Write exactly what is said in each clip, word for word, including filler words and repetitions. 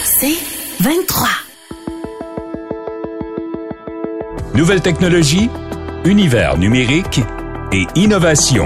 C'est vingt-trois. Nouvelles technologies, univers numérique et innovation.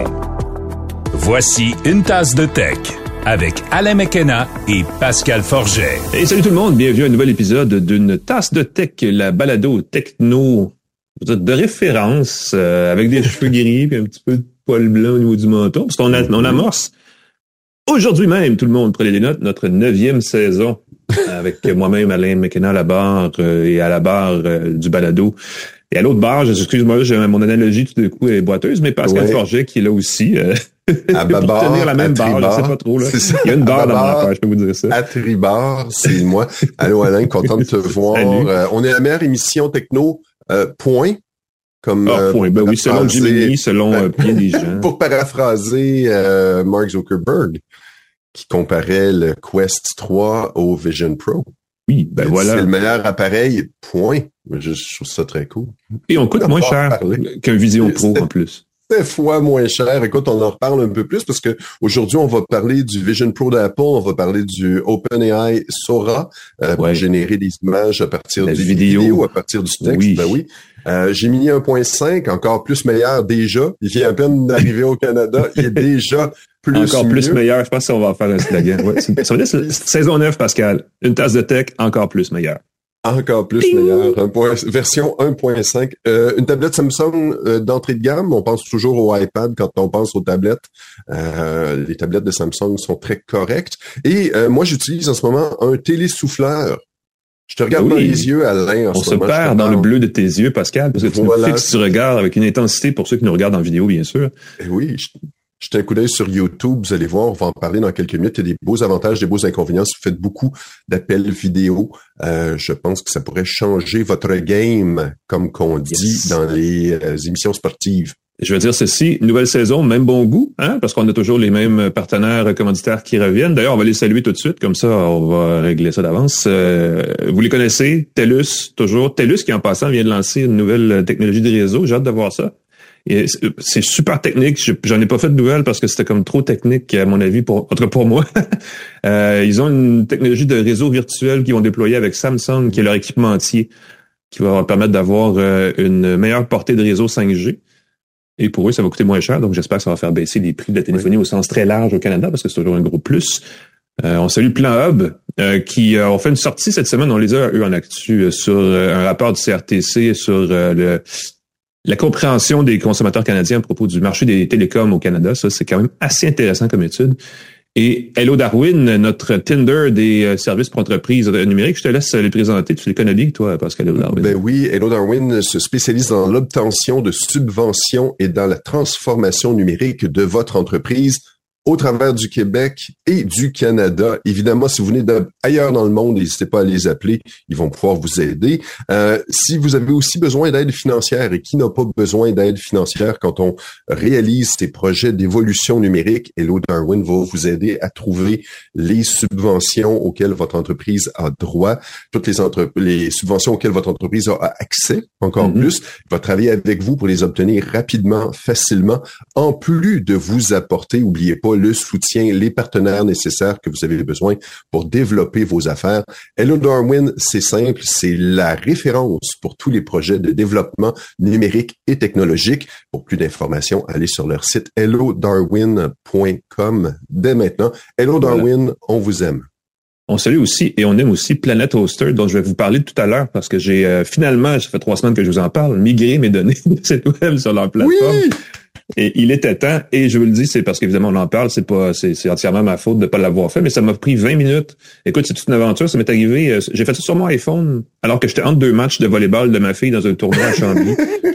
Voici une tasse de tech avec Alain McKenna et Pascal Forget. Et salut tout le monde, bienvenue à un nouvel épisode d'une tasse de tech, la balado techno de référence, euh, avec des cheveux gris et un petit peu de poil blanc au niveau du menton, parce qu'on a, on amorce aujourd'hui même, tout le monde, prenez des notes, notre neuvième saison avec moi-même, Alain McKenna à la barre euh, et à la barre euh, du balado. Et à l'autre barre, excuse-moi, j'ai, mon analogie tout d'un coup est boiteuse, mais Pascal ouais. Forget qui est là aussi. Euh, à pour babar, tenir la même barre, je sais pas trop. Là. Il y a une barre dans mon affaire, je peux vous dire ça. À tribord, c'est moi. Allô Alain, content de te voir. Euh, on est la meilleure émission techno, euh, point. Comme, ah, point. Euh, ben oui, selon Jimmy, selon euh, bien des gens. Pour paraphraser euh, Mark Zuckerberg, qui comparait le Quest trois au Vision Pro. Oui, ben voilà. C'est le meilleur appareil, point. Je, je trouve ça très cool. Et on coûte on moins cher parler. qu'un Vision Pro en plus. Des fois moins cher. Écoute, on en reparle un peu plus parce que aujourd'hui, on va parler du Vision Pro d'Apple, on va parler du OpenAI Sora euh, ouais. pour générer des images à partir La du vidéo. vidéo, à partir du texte. Oui. Ben oui. Euh, Gemini un point cinq, encore plus meilleur déjà. Il vient à peine d'arriver au Canada. Il est déjà plus Encore mieux. plus meilleur. Je pense qu'on va faire un slogan. Ouais, ça veut dire c'est saison neuf, Pascal. Une tasse de tech, encore plus meilleure. Encore plus Ding! meilleur. Un point, version un point cinq. Euh, une tablette Samsung euh, d'entrée de gamme. On pense toujours au iPad quand on pense aux tablettes. Euh, les tablettes de Samsung sont très correctes. Et euh, moi, j'utilise en ce moment un télésouffleur. Je te regarde oui. dans les yeux, Alain. En on ce se moment, perd dans le bleu de tes yeux, Pascal, parce que tu voilà. me fixes, tu regardes avec une intensité pour ceux qui nous regardent en vidéo, bien sûr. Et oui, je... Jetez un coup d'œil sur YouTube, vous allez voir, on va en parler dans quelques minutes. Il y a des beaux avantages, des beaux inconvénients. Si vous faites beaucoup d'appels vidéo, euh, je pense que ça pourrait changer votre game, comme qu'on dit yes. dans les euh, émissions sportives. Je veux dire ceci, nouvelle saison, même bon goût, hein, parce qu'on a toujours les mêmes partenaires commanditaires qui reviennent. D'ailleurs, on va les saluer tout de suite, comme ça, on va régler ça d'avance. Euh, vous les connaissez, TELUS, toujours. TELUS, qui en passant vient de lancer une nouvelle technologie de réseau. J'ai hâte de voir ça. Et c'est super technique. J'en ai pas fait de nouvelles parce que c'était comme trop technique, à mon avis, pour, en tout cas pour moi. euh, ils ont une technologie de réseau virtuel qu'ils vont déployer avec Samsung, qui est leur équipementier, qui va leur permettre d'avoir euh, une meilleure portée de réseau cinq G. Et pour eux, ça va coûter moins cher. Donc, j'espère que ça va faire baisser les prix de la téléphonie au sens très large au Canada, parce que c'est toujours un gros plus. Euh, on salue Plan Hub, euh, qui euh, ont fait une sortie cette semaine. On les a, eux, en actu, euh, sur euh, un rapport du C R T C sur euh, le... la compréhension des consommateurs canadiens à propos du marché des télécoms au Canada. Ça, c'est quand même assez intéressant comme étude. Et Hello Darwin, notre Tinder des services pour entreprises numériques, je te laisse les présenter. Tu les connais bien, toi, Pascal, Hello Darwin. Ben oui, Hello Darwin se spécialise dans l'obtention de subventions et dans la transformation numérique de votre entreprise au travers du Québec et du Canada. Évidemment, si vous venez d'ailleurs dans le monde, n'hésitez pas à les appeler. Ils vont pouvoir vous aider. Euh, si vous avez aussi besoin d'aide financière, et qui n'a pas besoin d'aide financière quand on réalise ces projets d'évolution numérique, Hello Darwin va vous aider à trouver les subventions auxquelles votre entreprise a droit, toutes les, entre- les subventions auxquelles votre entreprise a accès, encore mm-hmm. plus. Il va travailler avec vous pour les obtenir rapidement, facilement, en plus de vous apporter, oubliez pas, le soutien, les partenaires nécessaires que vous avez besoin pour développer vos affaires. Hello Darwin, c'est simple, c'est la référence pour tous les projets de développement numérique et technologique. Pour plus d'informations, allez sur leur site hello darwin point com dès maintenant. Hello Darwin, voilà. On vous aime. On salue aussi et on aime aussi Planet Hoster, dont je vais vous parler tout à l'heure parce que j'ai euh, finalement, ça fait trois semaines que je vous en parle, migré mes données de site web sur leur plateforme. Oui! Et il était temps, et je vous le dis, c'est parce qu'évidemment on en parle, c'est pas, c'est, c'est entièrement ma faute de pas l'avoir fait, mais ça m'a pris vingt minutes. Écoute, c'est toute une aventure, ça m'est arrivé, euh, j'ai fait ça sur mon iPhone, alors que j'étais entre deux matchs de volleyball de ma fille dans un tournoi à Chambly.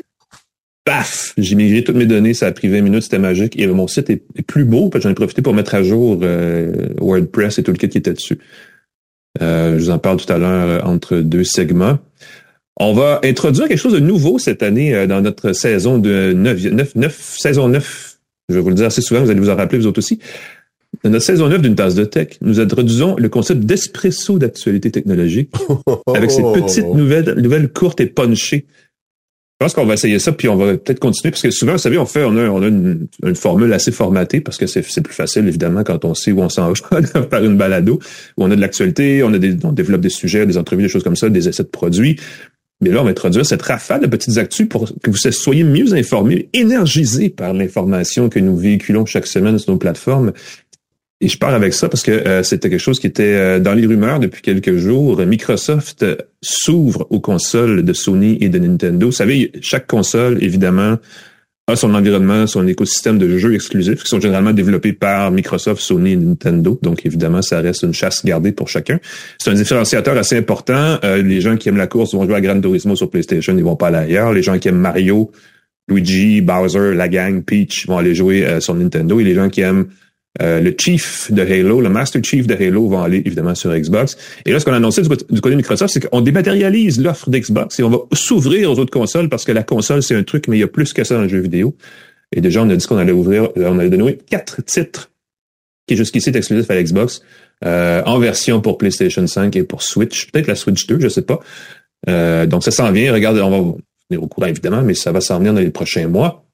Paf! J'ai migré toutes mes données, ça a pris vingt minutes, c'était magique, et mon site est, est plus beau, parce que j'en ai profité pour mettre à jour euh, WordPress et tout le kit qui était dessus. Euh, je vous en parle tout à l'heure euh, entre deux segments. On va introduire quelque chose de nouveau cette année euh, dans notre saison de neuf, neuf, neuf, saison neuf. Je vais vous le dire assez souvent, vous allez vous en rappeler vous autres aussi. Dans notre saison neuf d'une tasse de tech, nous introduisons le concept d'espresso d'actualité technologique avec ces petites nouvelles, nouvelles courtes et punchées. pense qu'on va essayer ça, puis on va peut-être continuer, parce que souvent, vous savez, on fait, on a, on a une, une formule assez formatée, parce que c'est, c'est plus facile, évidemment, quand on sait où on s'en va par une balado, où on a de l'actualité, on a des, on développe des sujets, des entrevues, des choses comme ça, des essais de produits. Mais là, on va introduire cette rafale de petites actus pour que vous soyez mieux informés, énergisés par l'information que nous véhiculons chaque semaine sur nos plateformes. Et je pars avec ça parce que euh, c'était quelque chose qui était euh, dans les rumeurs depuis quelques jours. Microsoft euh, s'ouvre aux consoles de Sony et de Nintendo. Vous savez, chaque console, évidemment, a son environnement, son écosystème de jeux exclusifs qui sont généralement développés par Microsoft, Sony et Nintendo. Donc, évidemment, ça reste une chasse gardée pour chacun. C'est un différenciateur assez important. Euh, les gens qui aiment la course vont jouer à Gran Turismo sur PlayStation, ils vont pas aller ailleurs. Les gens qui aiment Mario, Luigi, Bowser, la gang, Peach vont aller jouer euh, sur Nintendo. Et les gens qui aiment Euh, le Chief de Halo, le Master Chief de Halo vont aller évidemment sur Xbox. Et là, ce qu'on a annoncé du côté, du côté de Microsoft, c'est qu'on dématérialise l'offre d'Xbox et on va s'ouvrir aux autres consoles parce que la console, c'est un truc, mais il y a plus que ça dans le jeu vidéo. Et déjà, on a dit qu'on allait ouvrir, on allait donner quatre titres qui jusqu'ici est exclusif à l'Xbox, euh, en version pour PlayStation cinq et pour Switch. Peut-être la Switch deux, je sais pas. Euh, donc ça s'en vient. Regardez, on va venir au courant évidemment, mais ça va s'en venir dans les prochains mois.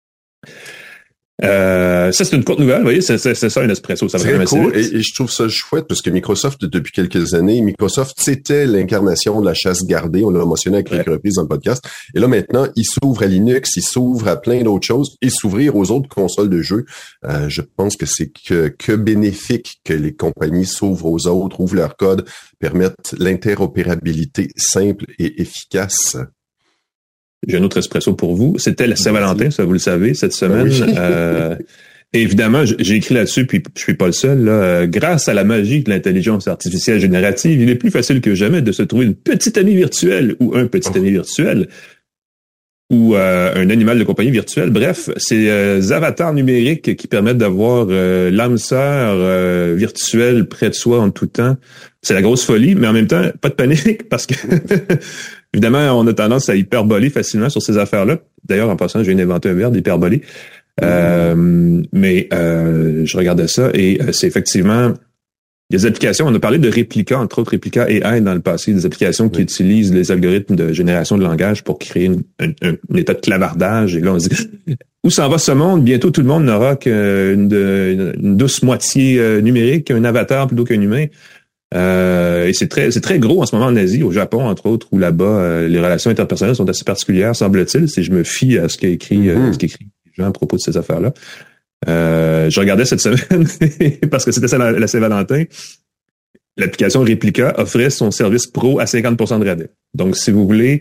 Euh, ça, c'est une courte nouvelle, vous voyez, c'est, c'est, c'est ça, un espresso, ça va très assez cool. vite. Et, et je trouve ça chouette parce que Microsoft, depuis quelques années, Microsoft, c'était l'incarnation de la chasse gardée, on l'a mentionné à quelques ouais. reprises dans le podcast, et là, maintenant, il s'ouvre à Linux, il s'ouvre à plein d'autres choses, et s'ouvrir aux autres consoles de jeux, euh, je pense que c'est que, que bénéfique que les compagnies s'ouvrent aux autres, ouvrent leur code, permettent l'interopérabilité simple et efficace. J'ai un autre espresso pour vous. C'était la Saint-Valentin, ça vous le savez, cette semaine. Oui. euh, évidemment, j'ai écrit là-dessus, puis je suis pas le seul. Là, euh, grâce à la magie de l'intelligence artificielle générative, il est plus facile que jamais de se trouver une petite amie virtuelle ou un petit oh. ami virtuel ou euh, un animal de compagnie virtuel. Bref, c'est euh, avatars numériques qui permettent d'avoir euh, l'âme sœur euh, virtuelle près de soi en tout temps. C'est la grosse folie, mais en même temps, pas de panique parce que... Évidemment, on a tendance à hyperboler facilement sur ces affaires-là. D'ailleurs, en passant, je viens d'inventer un verbe, hyperboler. Euh, mais euh, je regardais ça et euh, c'est effectivement... Il y a des applications, on a parlé de Replica, entre autres Replica A I dans le passé, des applications qui oui. utilisent les algorithmes de génération de langage pour créer une, un, un, un état de clavardage. Et là, on se dit, où s'en va ce monde? Bientôt, tout le monde n'aura qu'une une, une douce moitié euh, numérique, un avatar plutôt qu'un humain. Euh, et c'est très, c'est très gros en ce moment en Asie, au Japon entre autres, où là-bas euh, les relations interpersonnelles sont assez particulières, semble-t-il, si je me fie à ce qu'a écrit, mm-hmm. euh, ce qu'écrit les gens à propos de ces affaires-là. Euh, je regardais cette semaine parce que c'était la, la Saint-Valentin. L'application Replica offrait son service pro à cinquante pour cent de rabais. Donc, si vous voulez,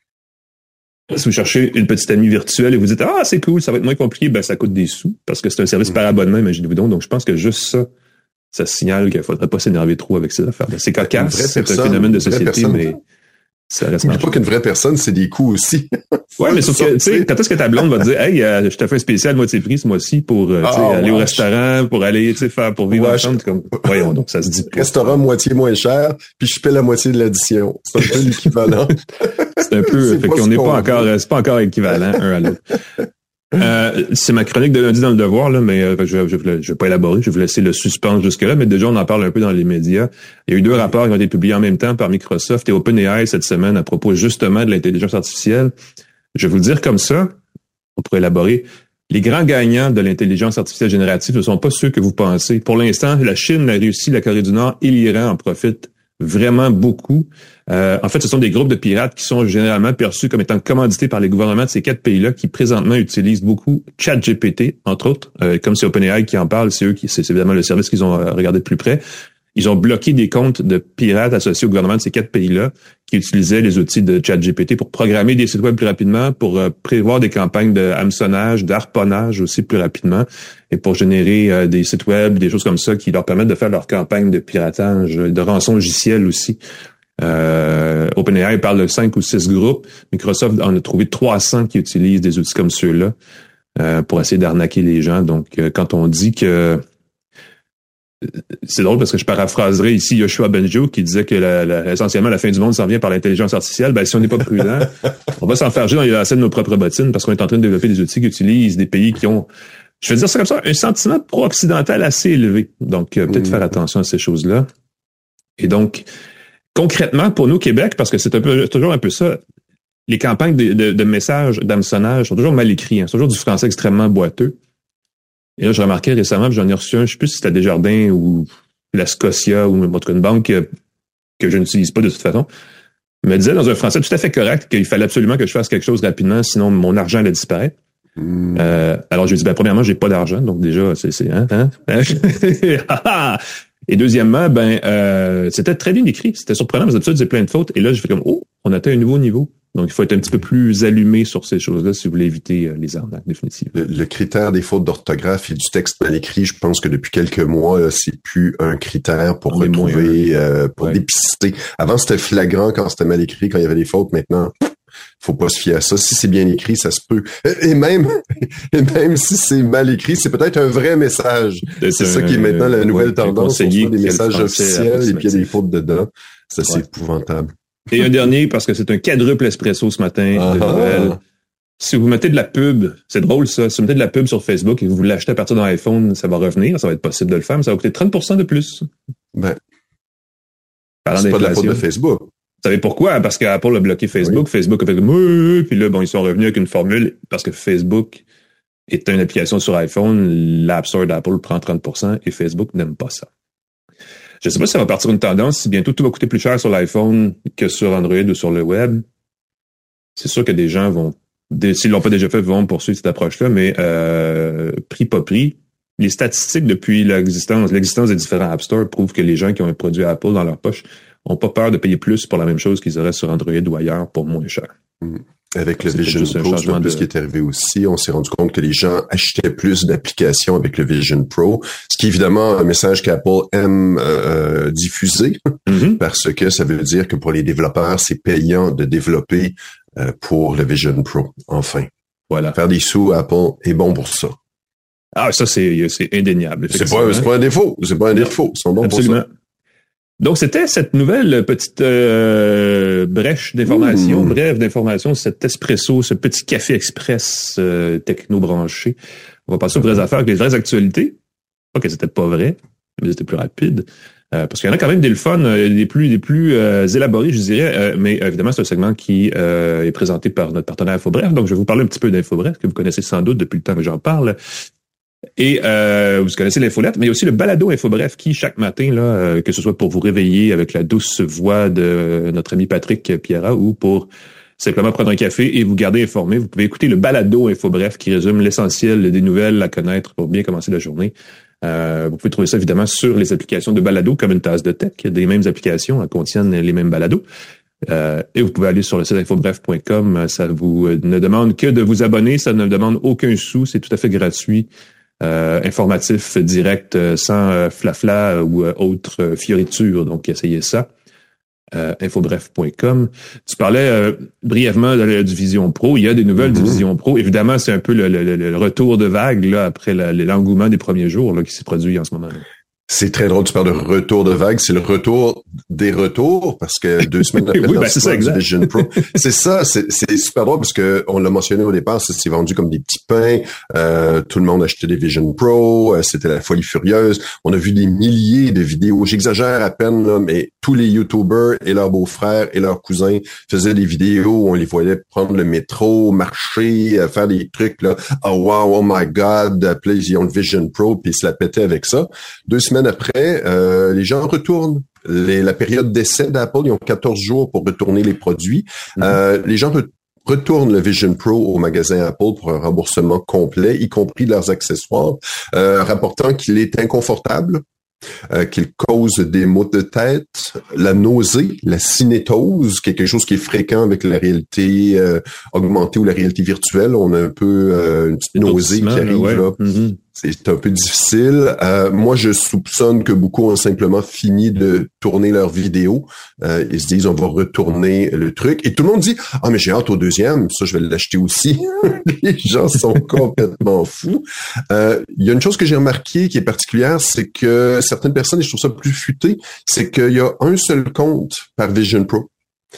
si vous cherchez une petite amie virtuelle et vous dites ah c'est cool, ça va être moins compliqué, ben ça coûte des sous parce que c'est un service mm-hmm. par abonnement, imaginez-vous donc. Donc, je pense que juste ça. Ça signale qu'il faudrait pas s'énerver trop avec ces affaires. C'est cocasse, c'est personne, un phénomène de société, mais ça reste. N'oublie pas qu'une vraie personne, c'est des coûts aussi. Ouais, mais sauf que, tu sais, quand est-ce que ta blonde va te dire, hey, euh, je te fais un spécial moitié prix ce mois-ci pour, euh, ah, aller ouais. au restaurant, pour aller, tu sais, faire, pour vivre ouais, ensemble, je... comme, voyons, donc ça se dit pas. Restaurant moitié moins cher, puis je paie la moitié de l'addition. C'est un peu l'équivalent. C'est un peu, fait qu'on n'est pas encore, c'est pas encore équivalent un à l'autre. Euh, c'est ma chronique de lundi dans le Devoir, là, mais euh, je, je, je, je vais pas élaborer, je vais vous laisser le suspense jusque-là, mais déjà on en parle un peu dans les médias. Il y a eu deux rapports qui ont été publiés en même temps par Microsoft et OpenAI cette semaine à propos justement de l'intelligence artificielle. Je vais vous le dire comme ça, on pourrait élaborer. Les grands gagnants de l'intelligence artificielle générative ne sont pas ceux que vous pensez. Pour l'instant, la Chine, la Russie, la Corée du Nord et l'Iran en profitent vraiment beaucoup. Euh, en fait, ce sont des groupes de pirates qui sont généralement perçus comme étant commandités par les gouvernements de ces quatre pays-là qui présentement utilisent beaucoup ChatGPT, entre autres. Euh, comme c'est OpenAI qui en parle, c'est eux qui, c'est évidemment le service qu'ils ont regardé de plus près. Ils ont bloqué des comptes de pirates associés au gouvernement de ces quatre pays-là qui utilisaient les outils de ChatGPT pour programmer des sites web plus rapidement, pour euh, prévoir des campagnes de hameçonnage, d'harponnage aussi plus rapidement et pour générer euh, des sites web, des choses comme ça qui leur permettent de faire leur campagne de piratage, de rançon logiciel aussi. Euh, OpenAI parle de cinq ou six groupes. Microsoft en a trouvé trois cents qui utilisent des outils comme ceux-là euh, pour essayer d'arnaquer les gens. Donc, euh, quand on dit que c'est drôle parce que je paraphraserai ici Yoshua Bengio qui disait que la, la, essentiellement la fin du monde s'en vient par l'intelligence artificielle. Ben, si on n'est pas prudent, on va s'enfarger dans les lacets de nos propres bottines parce qu'on est en train de développer des outils qui utilisent des pays qui ont, je vais dire ça comme ça, un sentiment pro-occidental assez élevé. Donc, euh, peut-être mmh. faire attention à ces choses-là. Et donc, concrètement, pour nous, Québec, parce que c'est un peu, toujours un peu ça, les campagnes de, de, de messages, d'hameçonnage sont toujours mal écrits. Hein. C'est toujours du français extrêmement boiteux. Et là, je remarquais récemment, puis j'en ai reçu un, je sais plus si c'était Desjardins ou la Scotia ou en tout cas une banque que, que je n'utilise pas de toute façon, me disait dans un français tout à fait correct qu'il fallait absolument que je fasse quelque chose rapidement, sinon mon argent allait disparaître. Mmh. Euh, alors, je lui ai dit, ben, premièrement, j'ai pas d'argent, donc déjà, c'est, c'est, hein, hein? Et deuxièmement, ben, euh, c'était très bien écrit. C'était surprenant, parce que d'habitude, c'est plein de fautes. Et là, j'ai fait comme, oh, on atteint un nouveau niveau. Donc, il faut être un petit peu plus allumé sur ces choses-là si vous voulez éviter euh, les arnaques définitives. Le, le critère des fautes d'orthographe et du texte mal écrit, je pense que depuis quelques mois, là, c'est plus un critère pour oui, retrouver, euh, pour ouais. dépister. Avant, c'était flagrant quand c'était mal écrit, quand il y avait des fautes. Maintenant, faut pas se fier à ça. Si c'est bien écrit, ça se peut. Et même, et même si c'est mal écrit, c'est peut-être un vrai message. C'est, c'est ça qui est maintenant la nouvelle ouais, tendance. On fait des messages officiels et puis il y a des fautes dedans. Ça, c'est ouais. épouvantable. Et un dernier, parce que c'est un quadruple espresso ce matin ah, de Noël. Ah. Si vous mettez de la pub, c'est drôle ça, si vous mettez de la pub sur Facebook et que vous l'achetez à partir d'un iPhone, ça va revenir, ça va être possible de le faire, mais ça va coûter trente pour cent de plus. Ben, Parlant c'est pas de la faute de Facebook. Vous savez pourquoi? Parce qu'Apple a bloqué Facebook. Oui. Facebook a fait comme, oui, puis là, bon, ils sont revenus avec une formule parce que Facebook est une application sur iPhone. L'App Store d'Apple prend trente pour cent et Facebook n'aime pas ça. Je sais pas si ça va partir une tendance. Si bientôt tout va coûter plus cher sur l'iPhone que sur Android ou sur le web, c'est sûr que des gens vont, des, s'ils l'ont pas déjà fait, vont poursuivre cette approche-là, mais, euh, prix pas prix. Les statistiques depuis l'existence, l'existence des différents App Store prouvent que les gens qui ont un produit Apple dans leur poche ont pas peur de payer plus pour la même chose qu'ils auraient sur Android ou ailleurs pour moins cher. Mmh. Avec le Vision Pro, c'est un peu de... ce qui est arrivé aussi. On s'est rendu compte que les gens achetaient plus d'applications avec le Vision Pro, ce qui est évidemment un message qu'Apple aime euh, diffuser, mmh. parce que ça veut dire que pour les développeurs, c'est payant de développer euh, pour le Vision Pro. Enfin, voilà. Faire des sous, Apple est bon pour ça. Ah, ça, c'est, c'est indéniable. C'est pas, c'est pas un défaut. C'est pas un défaut. Ils sont bons Absolument. pour ça. Donc, c'était cette nouvelle petite euh, brèche d'information, mmh. brève d'information, cet espresso, ce petit café express euh, techno-branché. On va passer aux vraies affaires avec les vraies actualités. Pas que c'était pas vrai, mais c'était plus rapide. Euh, parce qu'il y en a quand même des le fun, euh, des plus, des plus euh, élaborés, je dirais. Euh, mais évidemment, c'est un segment qui euh, est présenté par notre partenaire InfoBref. Donc, je vais vous parler un petit peu d'InfoBref, que vous connaissez sans doute depuis le temps que j'en parle. Et euh, vous connaissez l'infolette, mais il y a aussi le balado InfoBref qui, chaque matin, là, euh, que ce soit pour vous réveiller avec la douce voix de notre ami Patrick Pierrat ou pour simplement prendre un café et vous garder informé, vous pouvez écouter le balado InfoBref qui résume l'essentiel des nouvelles à connaître pour bien commencer la journée. Euh, vous pouvez trouver ça évidemment sur les applications de balado comme une tasse de tech. Des mêmes applications, elles contiennent les mêmes balados. Euh, et vous pouvez aller sur le site infobref point com. Ça vous ne demande que de vous abonner, ça ne demande aucun sou, c'est tout à fait gratuit. Euh, informatif, direct, euh, sans euh, flafla euh, ou euh, autre euh, fioriture. Donc, essayez ça. Euh, infobref point com. Tu parlais euh, brièvement de, du Vision Pro. Il y a des nouvelles mm-hmm. du Vision Pro. Évidemment, c'est un peu le, le, le retour de vague là après la, l'engouement des premiers jours là, qui s'est produit en ce moment-là. C'est très drôle, tu parles de retour de vague, c'est le retour des retours, parce que deux semaines après oui, le ben c'est ça, du Vision Pro. C'est ça, c'est, c'est super drôle, parce que on l'a mentionné au départ, ça s'est vendu comme des petits pains, euh, tout le monde achetait des Vision Pro, euh, c'était la folie furieuse. On a vu des milliers de vidéos, j'exagère à peine, là, mais tous les YouTubers et leurs beaux-frères et leurs cousins faisaient des vidéos où on les voyait prendre le métro, marcher, euh, faire des trucs, là, oh wow, oh my god, puis ils ont le Vision Pro, puis ils se la pétaient avec ça. Deux semaines après, euh, les gens retournent. Les, la période d'essai d'Apple, ils ont quatorze jours pour retourner les produits. Mm-hmm. Euh, les gens re- retournent le Vision Pro au magasin Apple pour un remboursement complet, y compris leurs accessoires, euh, rapportant qu'il est inconfortable, euh, qu'il cause des maux de tête, la nausée, la cinétose, qui est quelque chose qui est fréquent avec la réalité euh, augmentée ou la réalité virtuelle. On a un peu euh, une petite nausée qui arrive ouais. là. Mm-hmm. C'est un peu difficile. Euh, moi, je soupçonne que beaucoup ont simplement fini de tourner leurs vidéos. Euh, ils se disent, on va retourner le truc. Et tout le monde dit, ah, mais j'ai hâte au deuxième. Ça, je vais l'acheter aussi. Les gens sont complètement fous. Euh, il y a une chose que j'ai remarqué qui est particulière, c'est que certaines personnes, et je trouve ça plus futé, c'est qu'il y a un seul compte par Vision Pro.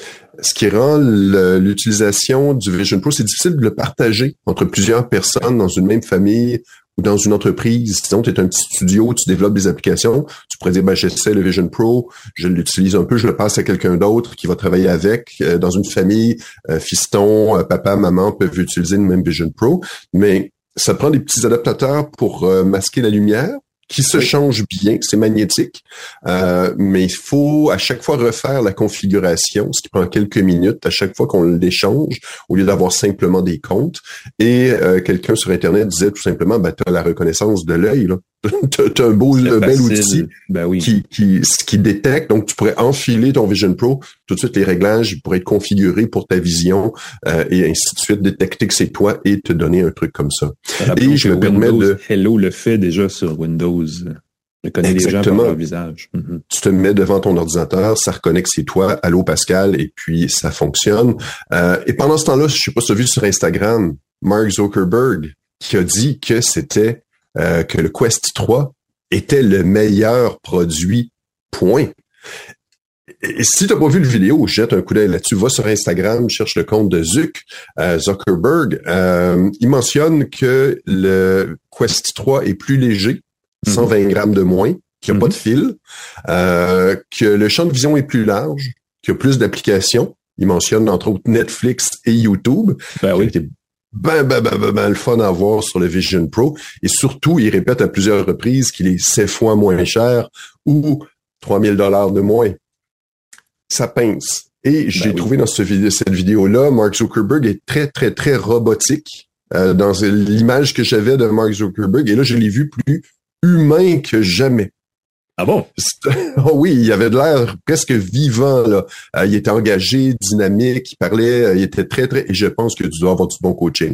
Ce qui rend le, l'utilisation du Vision Pro, c'est difficile de le partager entre plusieurs personnes dans une même famille ou dans une entreprise, disons, tu es un petit studio, tu développes des applications, tu pourrais dire, ben, j'essaie le Vision Pro, je l'utilise un peu, je le passe à quelqu'un d'autre qui va travailler avec. Euh, dans une famille, euh, fiston, euh, papa, maman peuvent utiliser le même Vision Pro, mais ça prend des petits adaptateurs pour euh, masquer la lumière, qui se change bien, c'est magnétique, euh, mais il faut à chaque fois refaire la configuration, ce qui prend quelques minutes à chaque fois qu'on l'échange, au lieu d'avoir simplement des comptes. Et euh, quelqu'un sur Internet disait tout simplement, ben, tu as la reconnaissance de l'œil, là. Tu as un beau, un bel outil ben oui. qui, qui, qui détecte, donc tu pourrais enfiler ton Vision Pro, tout de suite les réglages pourraient être configurés pour ta vision euh, et ainsi de suite, détecter que c'est toi et te donner un truc comme ça. Et je me permets de... Hello le fait déjà sur Windows. Je connais les gens par leur visage. Mm-hmm. Tu te mets devant ton ordinateur, ça reconnaît que c'est toi, allô Pascal, et puis ça fonctionne. Euh, et pendant ce temps-là, je sais pas si tu as vu sur Instagram, Mark Zuckerberg qui a dit que c'était euh, que le Quest trois était le meilleur produit, point. Et si tu n'as pas vu le vidéo, jette un coup d'œil là-dessus, va sur Instagram, cherche le compte de Zuck, euh, Zuckerberg. Euh, il mentionne que le Quest trois est plus léger, cent vingt grammes de moins, qu'il n'y a mm-hmm. pas de fil, euh, que le champ de vision est plus large, qu'il y a plus d'applications. Il mentionne entre autres Netflix et YouTube. Ben oui. Ben, ben, ben, ben, ben, le fun à voir sur le Vision Pro. Et surtout, il répète à plusieurs reprises qu'il est sept fois moins cher ou trois mille dollars de moins. Ça pince. Et j'ai ben oui. trouvé dans ce vidéo, cette vidéo-là, Mark Zuckerberg est très, très, très robotique euh, dans l'image que j'avais de Mark Zuckerberg. Et là, je l'ai vu plus humain que jamais. Ah bon? Oh oui, il avait de l'air presque vivant, là. Euh, il était engagé, dynamique, il parlait, euh, il était très, très... Et je pense que tu dois avoir du bon coaching.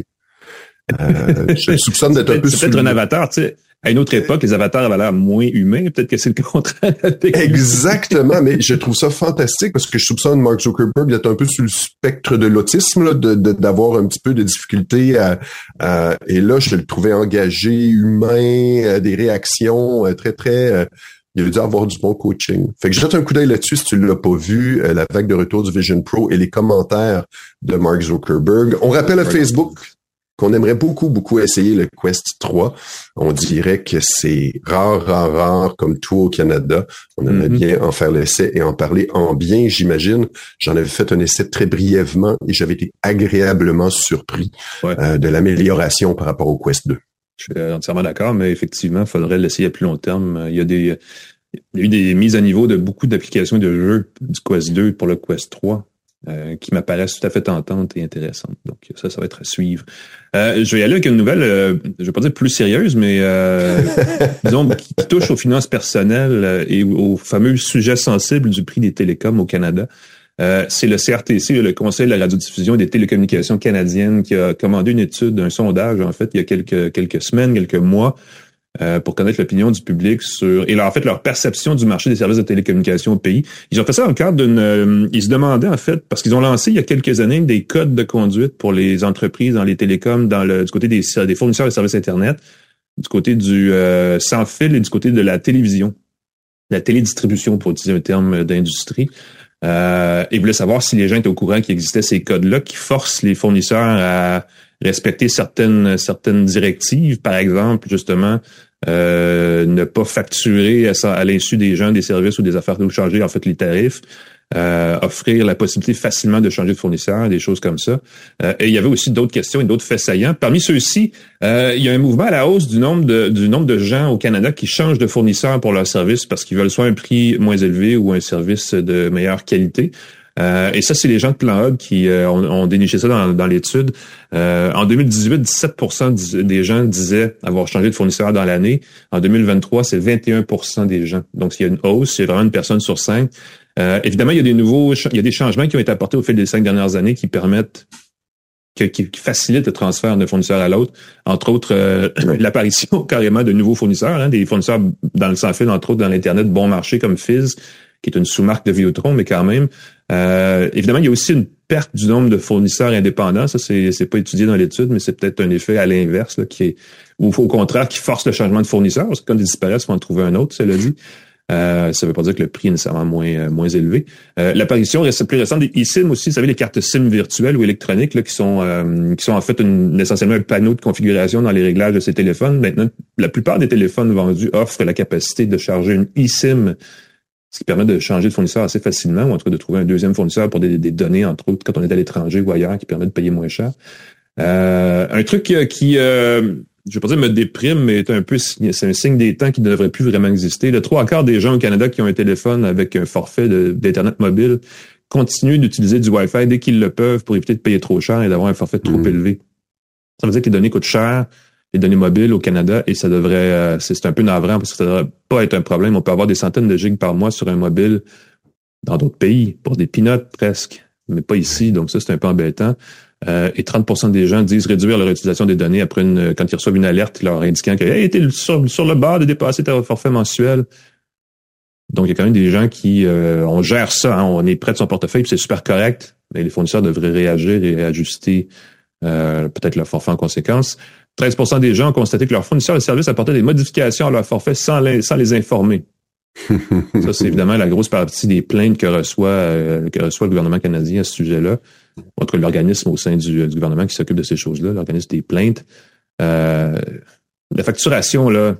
Euh, je soupçonne d'être un peu... C'est peut-être un avatar, tu sais. À une autre époque, les avatars avaient l'air moins humains. Peut-être que c'est le contraire. Exactement, mais je trouve ça fantastique parce que je soupçonne Mark Zuckerberg d'être un peu sur le spectre de l'autisme, là, de, de, d'avoir un petit peu de difficulté. À, à, et là, je le trouvais engagé, humain, à des réactions euh, très, très... Euh, il a dû avoir du bon coaching. Fait que je jette un coup d'œil là-dessus si tu l'as pas vu, euh, la vague de retour du Vision Pro et les commentaires de Mark Zuckerberg. On rappelle à Facebook qu'on aimerait beaucoup, beaucoup essayer le Quest trois. On dirait que c'est rare, rare, rare, comme tout au Canada. On aimerait mm-hmm. bien en faire l'essai et en parler en bien, j'imagine. J'en avais fait un essai très brièvement et j'avais été agréablement surpris ouais. euh, de l'amélioration par rapport au Quest deux. Je suis entièrement d'accord, mais effectivement, il faudrait l'essayer à plus long terme. Il y a des, il y a eu des mises à niveau de beaucoup d'applications de jeux du Quest deux pour le Quest trois. Euh, qui m'apparaissent tout à fait tentantes et intéressantes. Donc ça, ça va être à suivre. Euh, je vais y aller avec une nouvelle, euh, je vais pas dire plus sérieuse, mais euh, disons qui, qui touche aux finances personnelles et au fameux sujet sensible du prix des télécoms au Canada. Euh, c'est le C R T C, le Conseil de la radiodiffusion et des télécommunications canadiennes, qui a commandé une étude, un sondage en fait, il y a quelques quelques semaines, quelques mois, Euh, pour connaître l'opinion du public sur et leur, en fait leur perception du marché des services de télécommunications au pays. Ils ont fait ça dans le cadre d'une euh, ils se demandaient en fait parce qu'ils ont lancé il y a quelques années des codes de conduite pour les entreprises dans les télécoms dans le du côté des des fournisseurs de services internet, du côté du euh, sans fil et du côté de la télévision, la télédistribution pour utiliser un terme d'industrie. Euh, et voulaient savoir si les gens étaient au courant qu'il existait ces codes-là qui forcent les fournisseurs à respecter certaines certaines directives, par exemple, justement, euh, ne pas facturer à, à l'insu des gens des services ou des affaires ou changer en fait les tarifs, euh, offrir la possibilité facilement de changer de fournisseur, des choses comme ça. Euh, et il y avait aussi d'autres questions et d'autres faits saillants. Parmi ceux-ci, euh, il y a un mouvement à la hausse du nombre de du nombre de gens au Canada qui changent de fournisseur pour leur service parce qu'ils veulent soit un prix moins élevé ou un service de meilleure qualité. Euh, et ça, c'est les gens de Plan Hub qui euh, ont, ont déniché ça dans, dans l'étude. Euh, en deux mille dix-huit, dix-sept pour cent des gens disaient avoir changé de fournisseur dans l'année. En deux mille vingt-trois, c'est vingt et un pour cent des gens. Donc, il y a une hausse, c'est vraiment une personne sur cinq. Euh, évidemment, il y a des nouveaux, il y a des changements qui ont été apportés au fil des cinq dernières années qui permettent, qui, qui facilitent le transfert d'un fournisseur à l'autre. Entre autres, euh, l'apparition carrément de nouveaux fournisseurs, hein, des fournisseurs dans le sans-fil, entre autres dans l'Internet bon marché comme Fizz, qui est une sous-marque de Vidéotron, mais quand même. Euh, évidemment, il y a aussi une perte du nombre de fournisseurs indépendants. Ça, c'est, c'est pas étudié dans l'étude, mais c'est peut-être un effet à l'inverse, là, qui est, ou au contraire, qui force le changement de fournisseur, parce que quand ils disparaissent, il faut en trouver un autre, c'est le dit. Euh, ça veut pas dire que le prix est nécessairement moins euh, moins élevé. Euh, l'apparition plus récente des eSIM aussi, vous savez, les cartes SIM virtuelles ou électroniques là, qui sont euh, qui sont en fait une, essentiellement un panneau de configuration dans les réglages de ces téléphones. Maintenant, la plupart des téléphones vendus offrent la capacité de charger une eSIM, ce qui permet de changer de fournisseur assez facilement, ou en tout cas de trouver un deuxième fournisseur pour des, des données, entre autres, quand on est à l'étranger ou ailleurs, qui permet de payer moins cher. Euh, un truc qui, qui euh, je vais pas dire me déprime, mais est un peu, c'est un signe des temps qui ne devrait plus vraiment exister. Le trois quarts des gens au Canada qui ont un téléphone avec un forfait de, d'Internet mobile continuent d'utiliser du Wi-Fi dès qu'ils le peuvent pour éviter de payer trop cher et d'avoir un forfait trop mmh. élevé. Ça veut dire que les données coûtent cher, les données mobiles au Canada, et ça devrait, euh, c'est, c'est un peu navrant parce que ça devrait pas être un problème. On peut avoir des centaines de gigs par mois sur un mobile dans d'autres pays, pour des peanuts presque, mais pas ici, donc ça c'est un peu embêtant. Euh, et trente pour cent des gens disent réduire leur utilisation des données après une, quand ils reçoivent une alerte leur indiquant que hey, t'es sur, sur le bord de dépasser ta forfait mensuel. Donc il y a quand même des gens qui euh, on gère ça, hein, on est près de son portefeuille, puis c'est super correct, mais les fournisseurs devraient réagir et ajuster euh, peut-être leur forfait en conséquence. treize pour cent des gens ont constaté que leur fournisseur de services apportait des modifications à leur forfait sans les, sans les informer. Ça, c'est évidemment la grosse partie des plaintes que reçoit euh, que reçoit le gouvernement canadien à ce sujet-là. En tout cas, l'organisme au sein du, du gouvernement qui s'occupe de ces choses-là, l'organisme des plaintes. Euh, la facturation, là,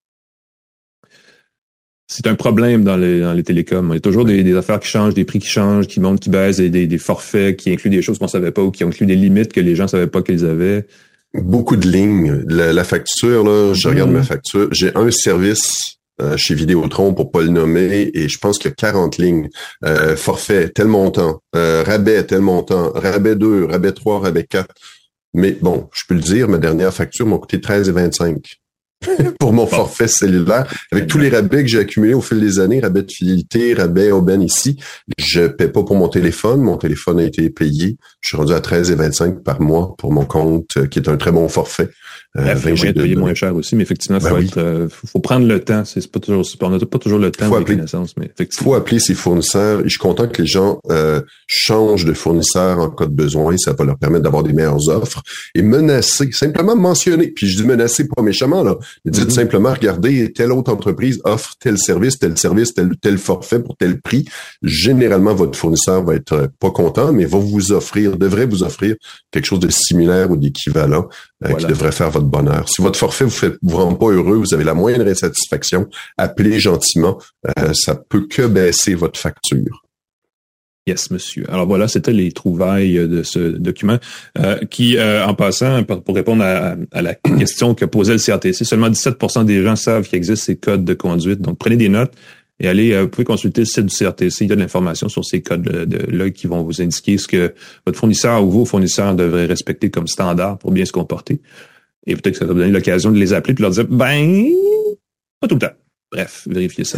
c'est un problème dans les, dans les télécoms. Il y a toujours des, des affaires qui changent, des prix qui changent, qui montent, qui baissent, et des, des forfaits qui incluent des choses qu'on savait pas ou qui incluent des limites que les gens savaient pas qu'ils avaient. Beaucoup de lignes. La, la facture, là, je mmh. regarde ma facture. J'ai un service Euh, chez Vidéotron pour pas le nommer, et je pense qu'il y a quarante lignes. Euh, forfait, tel montant, euh, rabais, tel montant, rabais deux, rabais trois, rabais quatre. Mais bon, je peux le dire, ma dernière facture m'a coûté treize virgule vingt-cinq pour mon forfait cellulaire. Avec tous les rabais que j'ai accumulés au fil des années, rabais de fidélité, rabais aubaine ici, je paie pas pour mon téléphone. Mon téléphone a été payé. Je suis rendu à treize virgule vingt-cinq par mois pour mon compte, qui est un très bon forfait. Euh, il faut de payer moins cher aussi, mais effectivement, ben faut oui. être, euh, faut, faut prendre le temps. C'est, c'est pas toujours, on n'a pas toujours le temps de connaissance, mais effectivement. Faut appeler ses fournisseurs. Et je suis content que les gens euh, changent de fournisseur en cas de besoin. Ça va leur permettre d'avoir des meilleures offres. Et menacer, simplement mentionner. Puis je dis menacer pas méchamment là. Dites mm-hmm. simplement, regardez, telle autre entreprise offre tel service, tel service, tel tel forfait pour tel prix. Généralement, votre fournisseur va être pas content, mais va vous offrir, devrait vous offrir quelque chose de similaire ou d'équivalent euh, voilà. qui devrait faire votre bonheur. Si votre forfait vous fait vous rend pas heureux, vous avez la moindre insatisfaction, appelez gentiment. Euh, ça peut que baisser votre facture. Yes, monsieur. Alors voilà, c'était les trouvailles de ce document euh, qui, euh, en passant, pour répondre à, à la question que posait le C R T C, seulement dix-sept pour cent des gens savent qu'il existe ces codes de conduite. Donc, prenez des notes et allez, euh, vous pouvez consulter le site du C R T C. Il y a de l'information sur ces codes-là de, de, qui vont vous indiquer ce que votre fournisseur ou vos fournisseurs devraient respecter comme standard pour bien se comporter. Et peut-être que ça va vous donner l'occasion de les appeler et de leur dire, ben, pas tout le temps. Bref, vérifiez ça.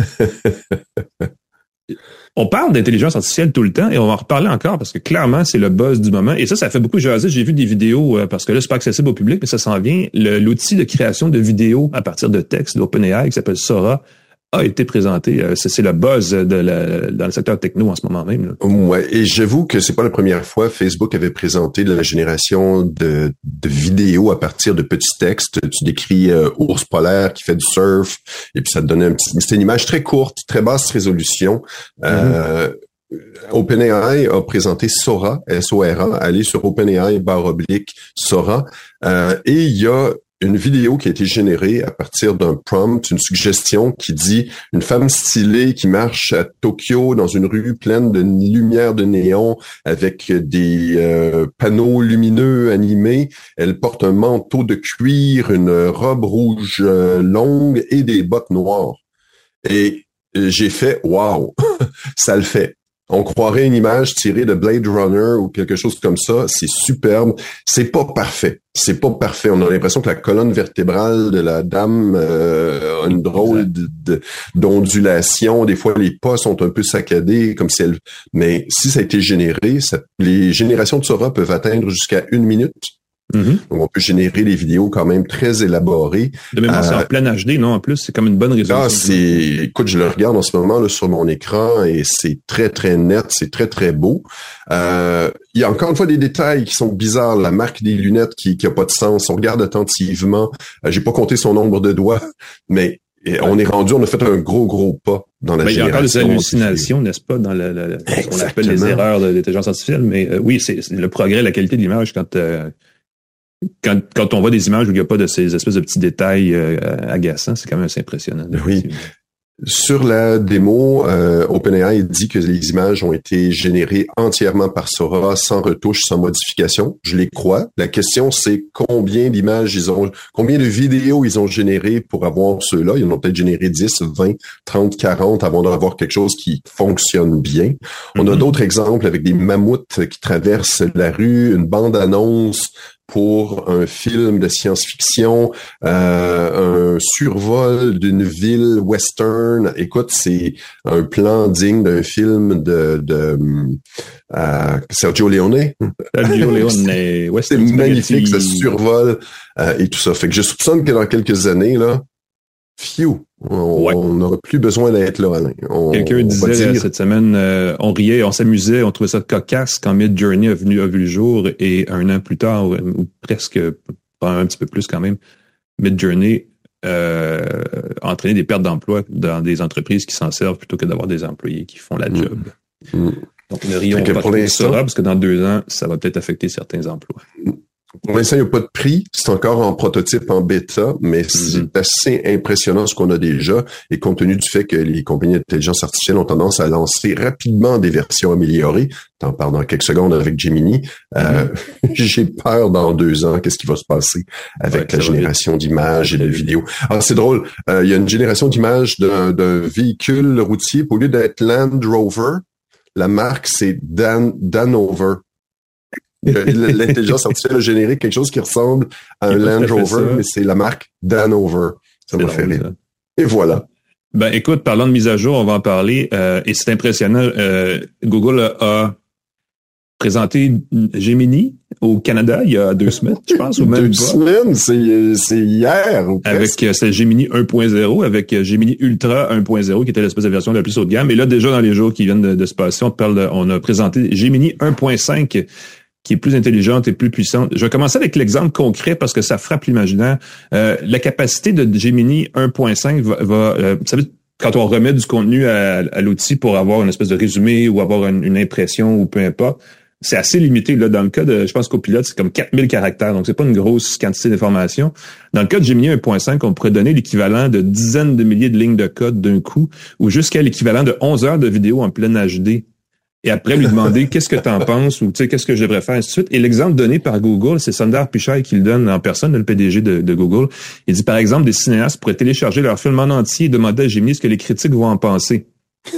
On parle d'intelligence artificielle tout le temps et on va en reparler encore parce que clairement, c'est le buzz du moment. Et ça, ça fait beaucoup jaser. J'ai vu des vidéos, euh, parce que là, c'est pas accessible au public, mais ça s'en vient. Le, l'outil de création de vidéos à partir de texte d'OpenAI qui s'appelle Sora a été présenté. C'est, c'est le buzz de la, dans le secteur techno en ce moment même. Là. Ouais, et j'avoue que c'est pas la première fois. Facebook avait présenté la génération de, de vidéos à partir de petits textes. Tu décris euh, ours polaire qui fait du surf, et puis ça te donnait un petit. C'était une image très courte, très basse résolution. Mm-hmm. Euh, OpenAI a présenté Sora, S O R A. Allez sur OpenAI barre oblique Sora, euh, et il y a une vidéo qui a été générée à partir d'un prompt, une suggestion qui dit une femme stylée qui marche à Tokyo dans une rue pleine de lumière de néon avec des euh, panneaux lumineux animés. Elle porte un manteau de cuir, une robe rouge euh, longue et des bottes noires. Et j'ai fait wow, ça le fait. On croirait une image tirée de Blade Runner ou quelque chose comme ça. C'est superbe. C'est pas parfait. C'est pas parfait. On a l'impression que la colonne vertébrale de la dame euh, a une drôle de, de, d'ondulation. Des fois, les pas sont un peu saccadés, comme si elle... Mais si ça a été généré, ça... les générations de Sora peuvent atteindre jusqu'à une minute. Mm-hmm. Donc, on peut générer des vidéos quand même très élaborées. De même, euh, c'est en plein H D, non? En plus, c'est comme une bonne résolution. Ah, c'est, écoute, je le regarde en ce moment là sur mon écran et c'est très, très net, c'est très, très beau. Euh, il y a encore une fois des détails qui sont bizarres. La marque des lunettes qui, qui a pas de sens. On regarde attentivement. Euh, j'ai pas compté son nombre de doigts, mais Et on est rendu, on a fait un gros, gros pas dans la ben, génération. Il y a encore des hallucinations, n'est-ce pas, dans le, le, ce qu'on appelle les erreurs de l'intelligence artificielle. Mais euh, oui, c'est, c'est le progrès, la qualité de l'image quand, euh, quand quand on voit des images où il n'y a pas de ces espèces de petits détails euh, agaçants, c'est quand même assez impressionnant. Oui. Sur la démo, euh, OpenAI dit que les images ont été générées entièrement par Sora, sans retouche, sans modification. Je les crois. La question, c'est combien d'images ils ont, combien de vidéos ils ont générées pour avoir ceux-là. Ils en ont peut-être généré dix, vingt, trente, quarante avant d'avoir quelque chose qui fonctionne bien. On mm-hmm. a d'autres exemples avec des mammouths qui traversent la rue, une bande-annonce pour un film de science-fiction, euh, un survol d'une ville western. Écoute, c'est un plan digne d'un film de, de euh, Sergio Leone. Sergio Leone, ouais, c'est magnifique, ce survol euh, et tout ça. Fait que je soupçonne que dans quelques années, là, phew, on ouais. n'aura plus besoin d'être là, Alain. On, Quelqu'un on disait dire... cette semaine, euh, on riait, on s'amusait, on trouvait ça cocasse quand Midjourney a, venu, a vu le jour et un an plus tard, ou, ou presque, un petit peu plus quand même, Midjourney euh, a entraîné des pertes d'emploi dans des entreprises qui s'en servent plutôt que d'avoir des employés qui font la job. Mmh. Mmh. Donc ne rions pas trop de ça, parce que dans deux ans, ça va peut-être affecter certains emplois. Pour l'instant, il n'y a pas de prix. C'est encore en prototype, en bêta, mais c'est mm-hmm. assez impressionnant ce qu'on a déjà. Et compte tenu du fait que les compagnies d'intelligence artificielle ont tendance à lancer rapidement des versions améliorées, t'en parles dans quelques secondes avec Gemini, mm-hmm. euh, j'ai peur dans deux ans, qu'est-ce qui va se passer avec ouais, la génération vite. d'images et de vidéos. Alors, c'est drôle. Euh, il y a une génération d'images d'un, d'un véhicule routier. Au lieu d'être Land Rover, la marque, c'est Dan, Danover. L'intelligence artificielle a généré quelque chose qui ressemble à un Land Rover, mais c'est la marque Danover. Ça m'a fait rire. Et voilà. Ben, écoute, parlant de mise à jour, on va en parler. Euh, et c'est impressionnant. Euh, Google a, a présenté Gemini au Canada il y a deux semaines, je pense, ou même deux pas. semaines, c'est, c'est hier. Ou avec euh, c'est Gemini un point zéro, avec euh, Gemini Ultra un point zéro, qui était l'espèce de version la plus haut de gamme. Et là, déjà dans les jours qui viennent de, de se passer, on parle de, on a présenté Gemini un point cinq, qui est plus intelligente et plus puissante. Je vais commencer avec l'exemple concret parce que ça frappe l'imaginaire. Euh, la capacité de Gemini un point cinq va, va euh, vous savez, quand on remet du contenu à, à l'outil pour avoir une espèce de résumé ou avoir une, une impression ou peu importe, c'est assez limité. Là, dans le cas de, je pense qu'au pilote, c'est comme quatre mille caractères, donc c'est pas une grosse quantité d'informations. Dans le cas de Gemini un point cinq, on pourrait donner l'équivalent de dizaines de milliers de lignes de code d'un coup, ou jusqu'à l'équivalent de onze heures de vidéo en pleine H D. Et après, lui demander qu'est-ce que tu en penses ou tu sais qu'est-ce que je devrais faire, ainsi de suite. Et l'exemple donné par Google, c'est Sundar Pichai qui le donne en personne, le P D G de, de Google. Il dit, par exemple, des cinéastes pourraient télécharger leur film en entier et demander à Gemini ce que les critiques vont en penser.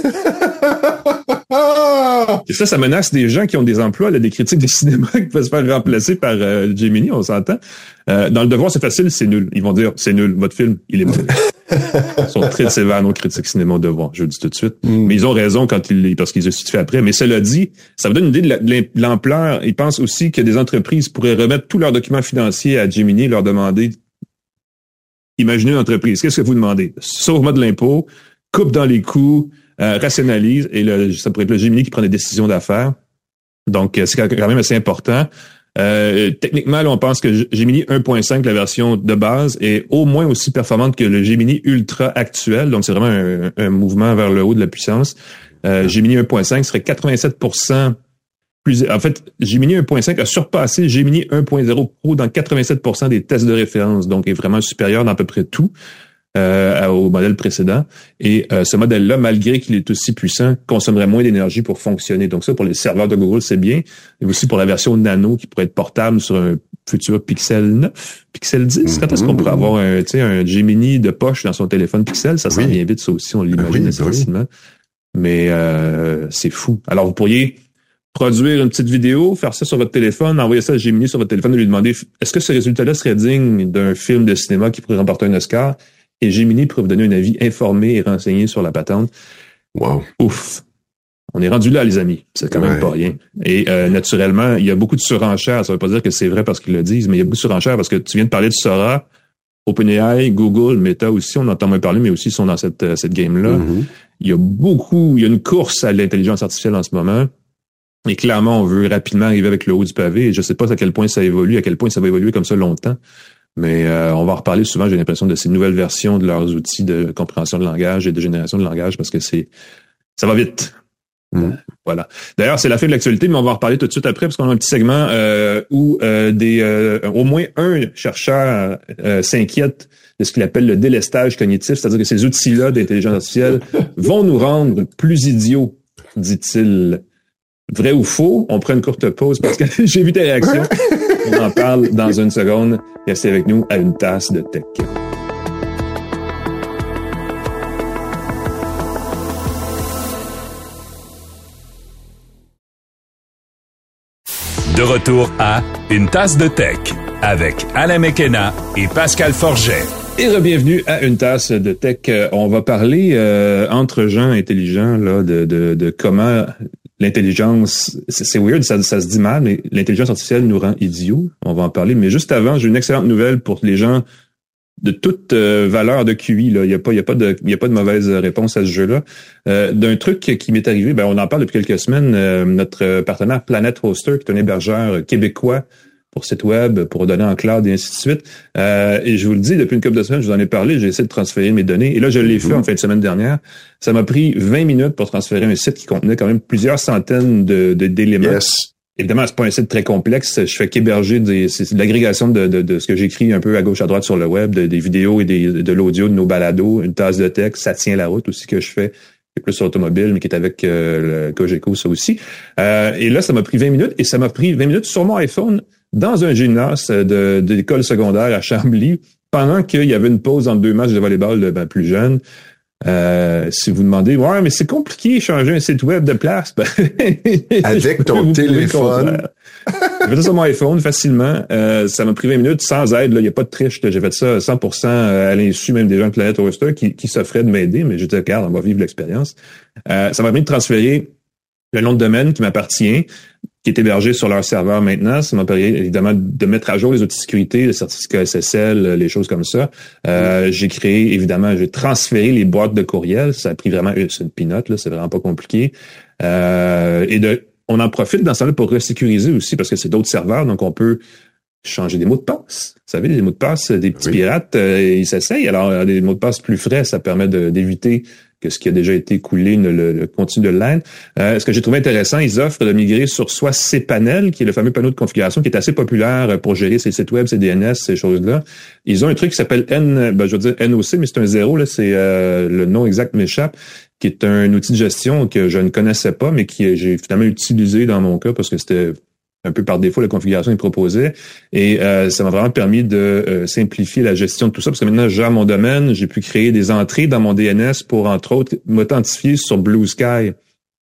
Et ça, ça menace des gens qui ont des emplois, là, des critiques de cinéma qui peuvent se faire remplacer par euh, Gemini, on s'entend. Euh, dans le devoir, c'est facile, c'est nul. Ils vont dire, c'est nul, votre film, il est mauvais. Ils sont très sévères, nos critiques cinéma au devoir, je le dis tout de suite. Mm. Mais ils ont raison quand ils, parce qu'ils ont fait après. Mais cela dit, ça me donne une idée de, la, de l'ampleur. Ils pensent aussi que des entreprises pourraient remettre tous leurs documents financiers à Gemini et leur demander, imaginez une entreprise, qu'est-ce que vous demandez? Sauve-moi de l'impôt, coupe dans les coûts, euh, rationalise, et le, ça pourrait être le Gemini qui prend des décisions d'affaires. Donc, c'est quand même assez important. Euh, techniquement, là, on pense que Gemini un point cinq, la version de base, est au moins aussi performante que le Gemini Ultra actuel. Donc, c'est vraiment un, un mouvement vers le haut de la puissance. Euh, Gemini un point cinq serait quatre-vingt-sept pour cent plus... En fait, Gemini un point cinq a surpassé Gemini un point zéro Pro dans quatre-vingt-sept pour cent des tests de référence. Donc, est vraiment supérieur dans à peu près tout. Euh, au modèle précédent. Et euh, ce modèle-là, malgré qu'il est aussi puissant, consommerait moins d'énergie pour fonctionner. Donc ça, pour les serveurs de Google, c'est bien. Et aussi pour la version Nano qui pourrait être portable sur un futur Pixel neuf, Pixel dix. Mm-hmm. Quand est-ce qu'on pourrait avoir un, tu sais, un Gemini de poche dans son téléphone Pixel? Ça s'en oui. vient vite, ça aussi, on l'imagine oui, assez oui. facilement. Mais euh, c'est fou. Alors, vous pourriez produire une petite vidéo, faire ça sur votre téléphone, envoyer ça à Gemini sur votre téléphone et lui demander est-ce que ce résultat-là serait digne d'un film de cinéma qui pourrait remporter un Oscar? Et Gemini pourrait vous donner un avis informé et renseigné sur la patente. Wow. Ouf. On est rendu là, les amis. C'est quand même ouais. pas rien. Et euh, naturellement, il y a beaucoup de surenchères. Ça veut pas dire que c'est vrai parce qu'ils le disent, mais il y a beaucoup de surenchères parce que tu viens de parler de Sora, OpenAI, Google, Meta aussi, on entend moins parler, mais aussi ils sont dans cette, cette game-là. Mm-hmm. Il y a beaucoup, il y a une course à l'intelligence artificielle en ce moment. Et clairement, on veut rapidement arriver avec le haut du pavé. Et je sais pas à quel point ça évolue, à quel point ça va évoluer comme ça longtemps. Mais euh, on va en reparler souvent, j'ai l'impression, de ces nouvelles versions de leurs outils de compréhension de langage et de génération de langage, parce que c'est ça va vite. Mmh. Voilà. D'ailleurs, c'est la fin de l'actualité, mais on va en reparler tout de suite après, parce qu'on a un petit segment euh, où euh, des euh, au moins un chercheur euh, s'inquiète de ce qu'il appelle le délestage cognitif, c'est-à-dire que ces outils-là d'intelligence artificielle vont nous rendre plus idiots, dit-il. Vrai ou faux? On prend une courte pause parce que j'ai vu tes réactions. On en parle dans une seconde. Restez avec nous à une tasse de tech. De retour à Une tasse de tech avec Alain McKenna et Pascal Forget. Et re-bienvenue à Une tasse de tech. On va parler euh, entre gens intelligents là de, de, de comment l'intelligence, c'est, c'est weird, ça, ça se dit mal, mais l'intelligence artificielle nous rend idiots. On va en parler. Mais juste avant, j'ai une excellente nouvelle pour les gens de toute euh, valeur de Q I. Là, il y a pas, il y a pas de, il y a pas de mauvaise réponse à ce jeu-là. Euh, d'un truc qui m'est arrivé, ben on en parle depuis quelques semaines. Euh, notre partenaire Planet Hoster, qui est un hébergeur québécois pour site web, pour donner en cloud et ainsi de suite. Euh, et je vous le dis, depuis une couple de semaines, je vous en ai parlé, j'ai essayé de transférer mes données. Et là, je l'ai fait en fin de semaine dernière. Ça m'a pris vingt minutes pour transférer un site qui contenait quand même plusieurs centaines de, de d'éléments. Yes. Évidemment, c'est pas un site très complexe. Je fais qu'héberger des, c'est de l'agrégation de, de, de ce que j'écris un peu à gauche à droite sur le web, de, des vidéos et des, de l'audio de nos balados, une tasse de texte, ça tient la route aussi que je fais. C'est plus sur automobile, mais qui est avec euh, le Cogeco, ça aussi. Euh, et là, ça m'a pris vingt minutes et ça m'a pris vingt minutes sur mon iPhone dans un gymnase de, de l'école secondaire à Chambly pendant qu'il y avait une pause entre deux matchs de volleyball de ben, plus jeunes. Euh, si vous demandez, ouais, mais c'est compliqué changer un site web de place. Ben, avec ton téléphone. J'ai fait ça sur mon iPhone facilement. Euh, ça m'a pris vingt minutes sans aide. Il n'y a pas de triche. J'ai fait ça cent pour cent à l'insu même des gens de Planet Hoster qui, qui s'offraient de m'aider, mais j'ai dit, regarde, on va vivre l'expérience. Euh, ça m'a permis de transférer le nom de domaine qui m'appartient, qui est hébergé sur leur serveur maintenant. Ça m'a permis évidemment de mettre à jour les outils de sécurité, le certificat S S L, les choses comme ça. Euh, mmh. J'ai créé, évidemment, j'ai transféré les boîtes de courriel. Ça a pris vraiment une, c'est une pinotte, là, c'est vraiment pas compliqué. Euh, et de, on en profite dans ce temps-là pour resécuriser aussi, parce que c'est d'autres serveurs, donc on peut changer des mots de passe. Vous savez, les mots de passe, des petits oui. pirates, euh, ils s'essayent. Alors, des mots de passe plus frais, ça permet de, d'éviter que ce qui a déjà été coulé ne le, le continue de l'être. Euh, ce que j'ai trouvé intéressant, ils offrent de migrer sur soit cPanel, qui est le fameux panneau de configuration, qui est assez populaire pour gérer ses sites web, ses D N S, ces choses-là. Ils ont un truc qui s'appelle N, ben, je veux dire N O C, mais c'est un zéro, là, c'est euh, le nom exact m'échappe, qui est un outil de gestion que je ne connaissais pas, mais que j'ai finalement utilisé dans mon cas parce que c'était un peu par défaut la configuration qu'ils proposaient. Et euh, ça m'a vraiment permis de euh, simplifier la gestion de tout ça, parce que maintenant, je gère mon domaine, j'ai pu créer des entrées dans mon D N S pour, entre autres, m'authentifier sur Blue Sky.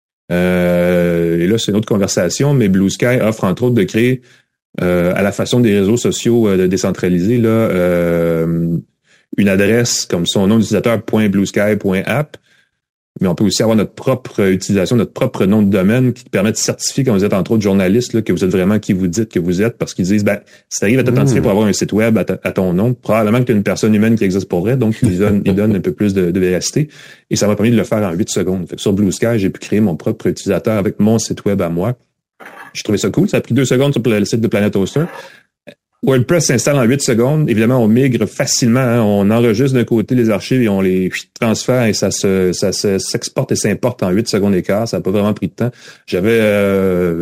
Euh, et là, c'est une autre conversation, mais Blue Sky offre, entre autres, de créer, euh, à la façon des réseaux sociaux euh, décentralisés, là, euh, une adresse comme son nom d'utilisateur .bluesky.app. Mais on peut aussi avoir notre propre utilisation, notre propre nom de domaine qui permet de certifier quand vous êtes entre autres journaliste, là, que vous êtes vraiment qui vous dites que vous êtes, parce qu'ils disent, ben, si tu arrives à t'authentifier mmh. pour avoir un site web à, ta, à ton nom, probablement que tu es une personne humaine qui existe pour vrai, donc ils donnent, ils donnent un peu plus de, de véracité. Et ça m'a permis de le faire en huit secondes. Fait que sur Blue Sky, j'ai pu créer mon propre utilisateur avec mon site web à moi. J'ai trouvé ça cool. Ça a pris deux secondes sur le site de Planet Hoster. WordPress s'installe en huit secondes. Évidemment, on migre facilement. Hein. On enregistre d'un côté les archives et on les transfère et ça se, ça se, s'exporte et s'importe en huit secondes et quart. Ça n'a pas vraiment pris de temps. J'avais euh,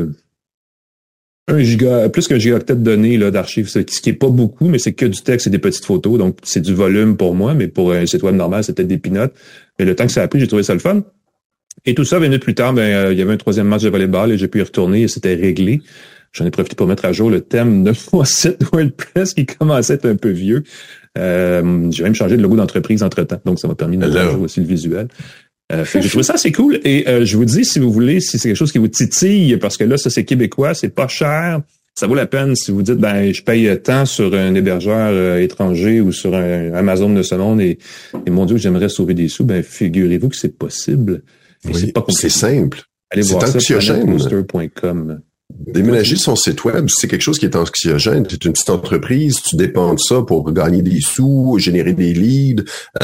un giga, plus qu'un gigaoctet de données là, d'archives, ce qui est pas beaucoup, mais c'est que du texte et des petites photos. Donc, c'est du volume pour moi, mais pour un site web normal, c'est peut-être des pinottes. Mais le temps que ça a pris, j'ai trouvé ça le fun. Et tout ça, vingt minutes plus tard, ben, euh, il y avait un troisième match de volleyball et j'ai pu y retourner et c'était réglé. J'en ai profité pour mettre à jour le thème de mon site WordPress qui commençait à être un peu vieux. Euh, j'ai même changé de logo d'entreprise entre-temps, donc ça m'a permis de mettre à jour aussi le visuel. Euh, fait que j'ai trouvé ça assez cool. Et euh, je vous dis, si vous voulez, si c'est quelque chose qui vous titille, parce que là, ça c'est québécois, c'est pas cher, ça vaut la peine si vous dites, ben je paye tant sur un hébergeur euh, étranger ou sur un Amazon de ce monde et, et mon Dieu, j'aimerais sauver des sous, ben figurez-vous que c'est possible. Et oui, c'est pas compliqué. C'est simple. Allez c'est voir ça sur planet hoster point com. Déménager son site web, c'est quelque chose qui est anxiogène. Tu es une petite entreprise, tu dépends de ça pour gagner des sous, générer des leads,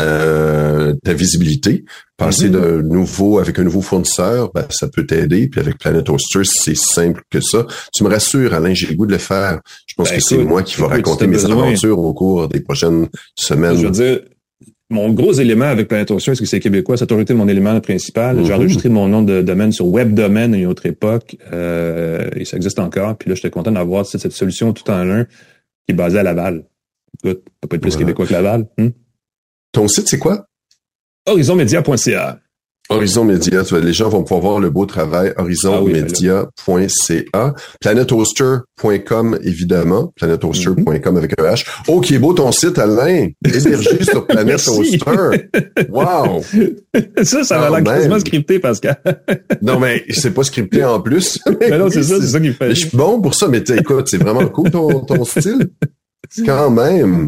euh, ta visibilité. Passer mm-hmm. de nouveau avec un nouveau fournisseur, ben, ça peut t'aider. Puis avec Planet Hoster, c'est simple que ça. Tu me rassures, Alain, j'ai le goût de le faire. Je pense ben, que écoute, c'est moi qui vais raconter mes besoin. aventures au cours des prochaines semaines. Je veux dire, mon gros élément avec Planet Hoster, est-ce que c'est québécois? Ça a toujours été mon élément principal. Mm-hmm. J'ai enregistré mon nom de domaine sur WebDomaine à une autre époque, euh, et ça existe encore. Puis là, j'étais content d'avoir cette solution tout en un qui est basée à Laval. Écoute, ça peut pas être plus voilà. québécois que Laval. Hmm? Ton site, c'est quoi? horizon média point c a. Horizon Média, tu vois, les gens vont pouvoir voir le beau travail, horizon média point c a. planet hoster point com, évidemment. planet hoster point com mm-hmm. avec un H. Oh, qui est beau ton site, Alain! Hébergé sur Planet Hoster. Wow! Ça, ça va l'air quasiment scripté, Pascal. Non, mais c'est pas scripté en plus. Mais non, c'est ça, c'est ça qui fait. Je suis bon pour ça, mais écoute, c'est vraiment cool ton, ton style. Quand même.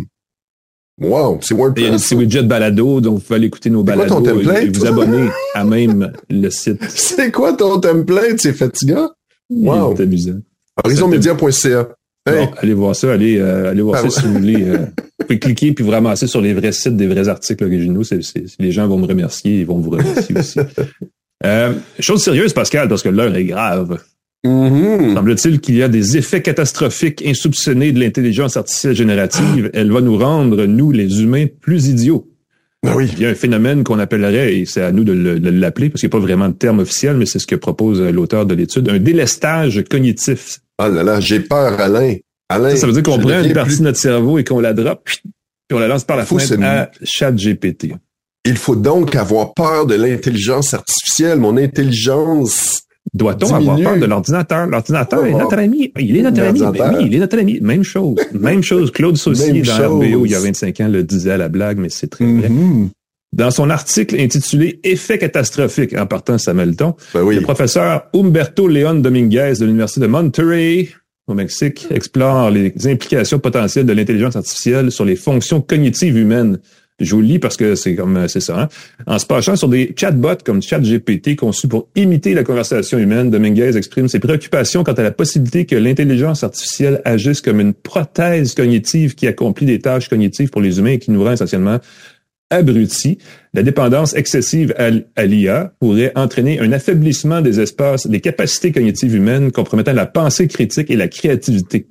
Wow, c'est WordPress. Il y a des petits widgets balado, donc vous pouvez aller écouter nos balados et vous abonner à même le site. C'est quoi ton template? C'est fatigant? Wow. C'est amusant. horizon média point c a. Hey. Bon, allez voir ça, allez, euh, allez voir ah, ça si vous voulez. Euh, vous pouvez cliquer puis vous ramasser sur les vrais sites des vrais articles originaux. C'est, c'est, les gens vont me remercier, ils vont vous remercier aussi. Euh, chose sérieuse, Pascal, parce que l'heure est grave. Mm-hmm. Semble-t-il qu'il y a des effets catastrophiques insoupçonnés de l'intelligence artificielle générative. Elle va nous rendre, nous, les humains, plus idiots. Ben oui. Il y a un phénomène qu'on appellerait, et c'est à nous de, le, de l'appeler, parce qu'il n'y a pas vraiment de terme officiel, mais c'est ce que propose l'auteur de l'étude, un délestage cognitif. Ah là là, j'ai peur, Alain. Alain. Ça, ça veut dire qu'on prend une partie plus... de notre cerveau et qu'on la drop, puis on la lance par la fenêtre à ChatGPT. Il faut donc avoir peur de l'intelligence artificielle. Mon intelligence... Doit-on diminue. avoir peur de l'ordinateur? L'ordinateur oh, est notre ami. Il est notre ami. Ben oui, il est notre ami. Même chose. Même chose. Claude Saucier, dans R B O, il y a vingt-cinq ans, le disait à la blague, mais c'est très vrai. Mm-hmm. Dans son article intitulé « Effets catastrophiques », en partant Samuelton, ben oui. le professeur Humberto León Dominguez de l'Université de Monterrey, au Mexique, explore les implications potentielles de l'intelligence artificielle sur les fonctions cognitives humaines. Je vous le lis parce que c'est comme c'est ça. Hein? En se penchant sur des chatbots comme ChatGPT conçus pour imiter la conversation humaine, Dominguez exprime ses préoccupations quant à la possibilité que l'intelligence artificielle agisse comme une prothèse cognitive qui accomplit des tâches cognitives pour les humains et qui nous rend essentiellement abrutis. La dépendance excessive à, à l'I A pourrait entraîner un affaiblissement des espaces, des capacités cognitives humaines, compromettant la pensée critique et la créativité.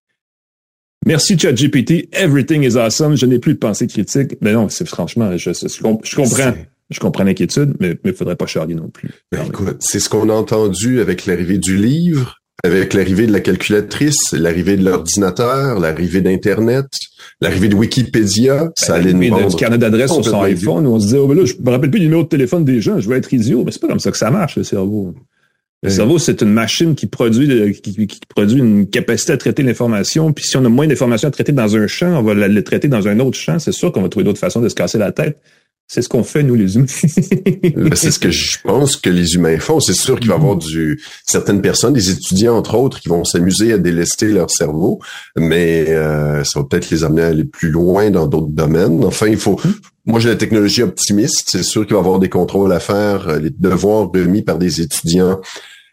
Merci ChatGPT, everything is awesome, je n'ai plus de pensée critique. Mais non, c'est franchement, je, je, je comprends, c'est... je comprends l'inquiétude, mais il faudrait pas charrier non plus. Ben écoute, c'est ce qu'on a entendu avec l'arrivée du livre, avec l'arrivée de la calculatrice, l'arrivée de l'ordinateur, l'arrivée d'Internet, l'arrivée de Wikipédia, ben, ça allait nous rendre... du carnet d'adresse sur son iPhone, où on se disait, oh ben là, je me rappelle plus du numéro de téléphone des gens, je vais être idiot. Mais c'est pas comme ça que ça marche, le cerveau. Le oui. cerveau, c'est une machine qui produit qui, qui produit une capacité à traiter l'information. Puis si on a moins d'informations à traiter dans un champ, on va la, le traiter dans un autre champ. C'est sûr qu'on va trouver d'autres façons de se casser la tête. C'est ce qu'on fait, nous, les humains. C'est ce que je pense que les humains font. C'est sûr qu'il va y avoir du certaines personnes, des étudiants, entre autres, qui vont s'amuser à délester leur cerveau. Mais euh, ça va peut-être les amener à aller plus loin dans d'autres domaines. Enfin, il faut... Moi, j'ai la technologie optimiste. C'est sûr qu'il va y avoir des contrôles à faire. Les devoirs remis par des étudiants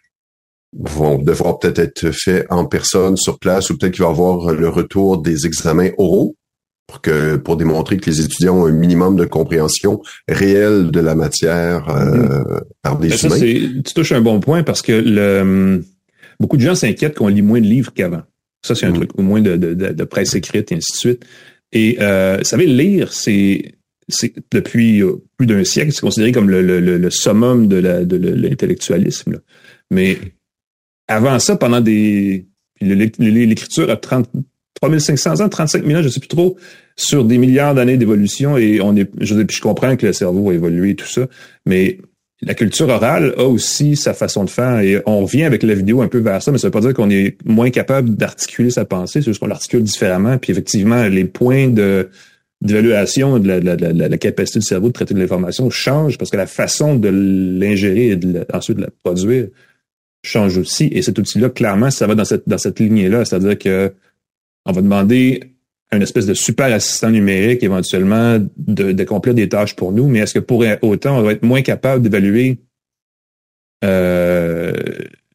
vont devoir peut-être être faits en personne, sur place, ou peut-être qu'il va y avoir le retour des examens oraux pour que pour démontrer que les étudiants ont un minimum de compréhension réelle de la matière euh, mmh. par des ça, humains. C'est, tu touches un bon point parce que le, beaucoup de gens s'inquiètent qu'on lit moins de livres qu'avant. Ça, c'est un mmh. truc, au moins de, de, de, de presse écrite et ainsi de suite. Et euh, vous savez, lire, c'est... c'est depuis euh, plus d'un siècle, c'est considéré comme le, le, le summum de, la, de l'intellectualisme. Là. Mais avant ça, pendant des... L'écriture a trente, trois mille cinq cents ans, trente-cinq mille ans, je ne sais plus trop, sur des milliards d'années d'évolution, et on est, je, je comprends que le cerveau a évolué et tout ça, mais la culture orale a aussi sa façon de faire, et on revient avec la vidéo un peu vers ça, mais ça ne veut pas dire qu'on est moins capable d'articuler sa pensée, c'est juste qu'on l'articule différemment, puis effectivement, les points de... d'évaluation de la, de, la, de, la, de la capacité du cerveau de traiter de l'information change parce que la façon de l'ingérer et de la, ensuite de la produire change aussi. Et cet outil-là, clairement, ça va dans cette, dans cette lignée-là. C'est-à-dire que on va demander à une espèce de super assistant numérique éventuellement de, d'accomplir des tâches pour nous, mais est-ce que pour autant, on va être moins capable d'évaluer euh,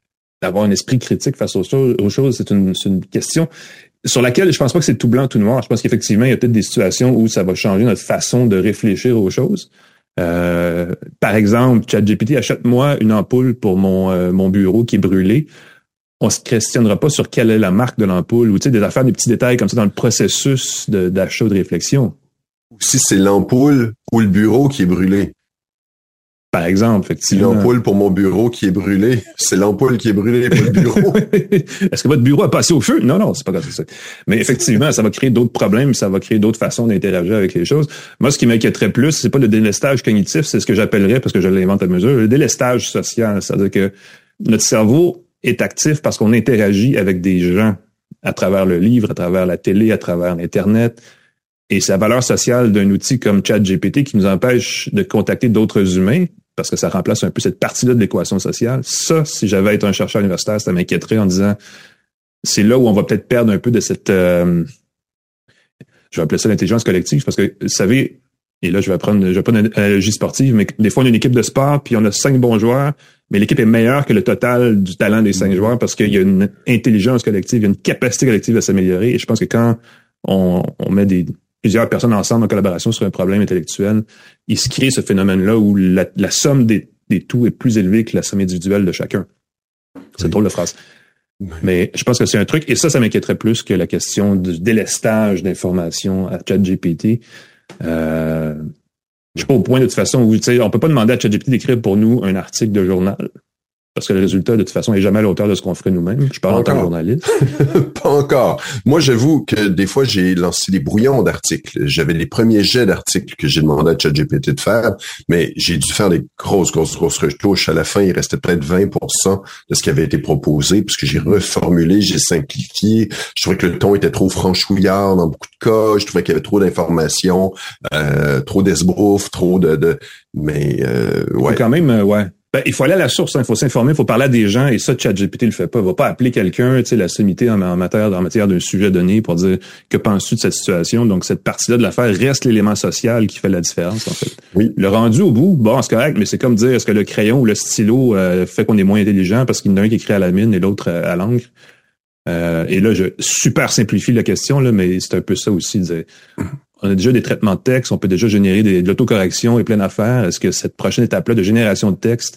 d'avoir un esprit critique face aux choses, aux choses c'est une, c'est une question sur laquelle je pense pas que c'est tout blanc, tout noir. Je pense qu'effectivement, il y a peut-être des situations où ça va changer notre façon de réfléchir aux choses. Euh, par exemple, ChatGPT, achète-moi une ampoule pour mon, euh, mon bureau qui est brûlé. On se questionnera pas sur quelle est la marque de l'ampoule ou, tu sais, des affaires, des petits détails comme ça dans le processus de, d'achat ou de réflexion. Si c'est l'ampoule ou le bureau qui est brûlé. Par exemple, effectivement. L'ampoule pour mon bureau qui est brûlée, c'est l'ampoule qui est brûlée, pas le bureau. Est-ce que votre bureau a passé au feu? Non, non, c'est pas comme ça. Mais effectivement, ça va créer d'autres problèmes, ça va créer d'autres façons d'interagir avec les choses. Moi, ce qui m'inquiéterait plus, c'est pas le délestage cognitif, c'est ce que j'appellerais, parce que je l'invente à mesure, le délestage social. C'est-à-dire que notre cerveau est actif parce qu'on interagit avec des gens à travers le livre, à travers la télé, à travers l'Internet. Et c'est la valeur sociale d'un outil comme ChatGPT qui nous empêche de contacter d'autres humains, parce que ça remplace un peu cette partie-là de l'équation sociale. Ça, si j'avais à être un chercheur universitaire, ça m'inquiéterait en disant, c'est là où on va peut-être perdre un peu de cette, euh, je vais appeler ça l'intelligence collective, parce que, vous savez, et là, je vais prendre, je vais prendre une analogie sportive, mais des fois, on a une équipe de sport, puis on a cinq bons joueurs, mais l'équipe est meilleure que le total du talent des cinq joueurs, parce qu'il y a une intelligence collective, il y a une capacité collective à s'améliorer, et je pense que quand on, on met des plusieurs personnes ensemble en collaboration sur un problème intellectuel, il se crée ce phénomène-là où la, la somme des, des tout est plus élevée que la somme individuelle de chacun. C'est oui. Drôle de phrase. Oui. Mais je pense que c'est un truc, et ça, ça m'inquiéterait plus que la question du délestage d'informations à ChatGPT. Euh, je suis pas au point de toute façon où, tu sais, on peut pas demander à ChatGPT d'écrire pour nous un article de journal. Parce que le résultat, de toute façon, est jamais à la hauteur de ce qu'on ferait nous-mêmes. Je parle en tant que journaliste. Pas encore. Moi, j'avoue que des fois, j'ai lancé des brouillons d'articles. J'avais les premiers jets d'articles que j'ai demandé à ChatGPT de faire, mais j'ai dû faire des grosses, grosses, grosses retouches. À la fin, il restait peut-être vingt pour cent de ce qui avait été proposé, puisque j'ai reformulé, j'ai simplifié. Je trouvais que le ton était trop franchouillard dans beaucoup de cas. Je trouvais qu'il y avait trop d'informations, euh, trop d'esbrouf, trop de... de... Mais, euh, ouais. Faut quand même, euh, ouais. Ben, il faut aller à la source, il hein, faut s'informer, il faut parler à des gens, et ça, ChatGPT le fait pas. Il va pas appeler quelqu'un, tu sais, la sommité en, en matière, en matière d'un sujet donné pour dire que penses-tu de cette situation. Donc, cette partie-là de l'affaire reste l'élément social qui fait la différence, en fait. Oui. Le rendu au bout, bon, c'est correct, mais c'est comme dire, est-ce que le crayon ou le stylo euh, fait qu'on est moins intelligent parce qu'il y en a un qui écrit à la mine et l'autre à, à l'encre. Euh, et là, je super simplifie la question, là, mais c'est un peu ça aussi, de dire, on a déjà des traitements de texte, on peut déjà générer des, de l'autocorrection et plein d'affaires. Est-ce que cette prochaine étape-là de génération de texte,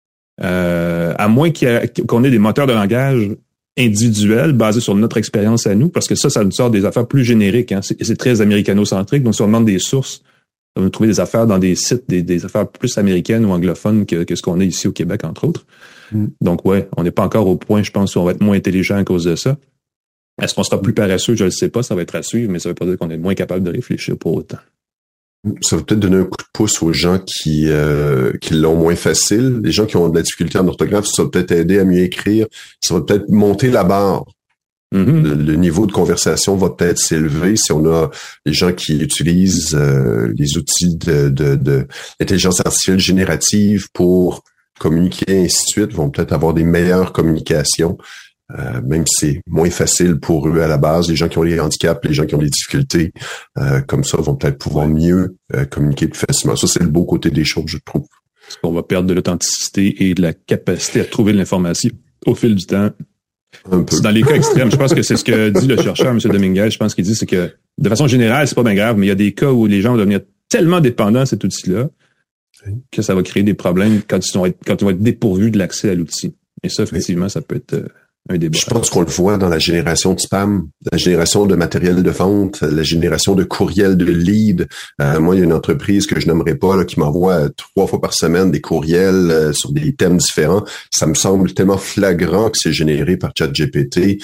euh, à moins qu'il y a, qu'on ait des moteurs de langage individuels basés sur notre expérience à nous, parce que ça, ça nous sort des affaires plus génériques, hein, c'est, c'est très américano-centrique. Donc, si on demande des sources, on va trouver des affaires dans des sites, des, des affaires plus américaines ou anglophones que, que ce qu'on a ici au Québec, entre autres. Mm. Donc, ouais, on n'est pas encore au point, je pense, où on va être moins intelligent à cause de ça. Est-ce qu'on sera plus paresseux? Je ne le sais pas, ça va être à suivre, mais ça veut pas dire qu'on est moins capable de réfléchir pour autant. Ça va peut-être donner un coup de pouce aux gens qui euh, qui l'ont moins facile. Les gens qui ont de la difficulté en orthographe, ça va peut-être aider à mieux écrire. Ça va peut-être monter la barre. Mm-hmm. Le, le niveau de conversation va peut-être s'élever si on a les gens qui utilisent euh, les outils de, de, de l'intelligence artificielle générative pour communiquer, et ainsi de suite, vont peut-être avoir des meilleures communications. Euh, même si c'est moins facile pour eux à la base, les gens qui ont des handicaps, les gens qui ont des difficultés, euh, comme ça, vont peut-être pouvoir mieux euh, communiquer plus facilement. Ça, c'est le beau côté des choses, je trouve. Parce qu'on va perdre de l'authenticité et de la capacité à trouver de l'information au fil du temps. Un peu. C'est dans les cas extrêmes. Je pense que c'est ce que dit le chercheur, M. Dominguez. Je pense qu'il dit, c'est que, de façon générale, c'est pas bien grave, mais il y a des cas où les gens vont devenir tellement dépendants de cet outil-là que ça va créer des problèmes quand ils vont être, quand ils vont être dépourvus de l'accès à l'outil. Et ça, effectivement, oui. Ça peut être... Euh, Je pense qu'on le voit dans la génération de spam, la génération de matériel de vente, la génération de courriels de lead. Euh, moi, il y a une entreprise que je nommerai pas là, qui m'envoie trois fois par semaine des courriels euh, sur des thèmes différents. Ça me semble tellement flagrant que c'est généré par ChatGPT.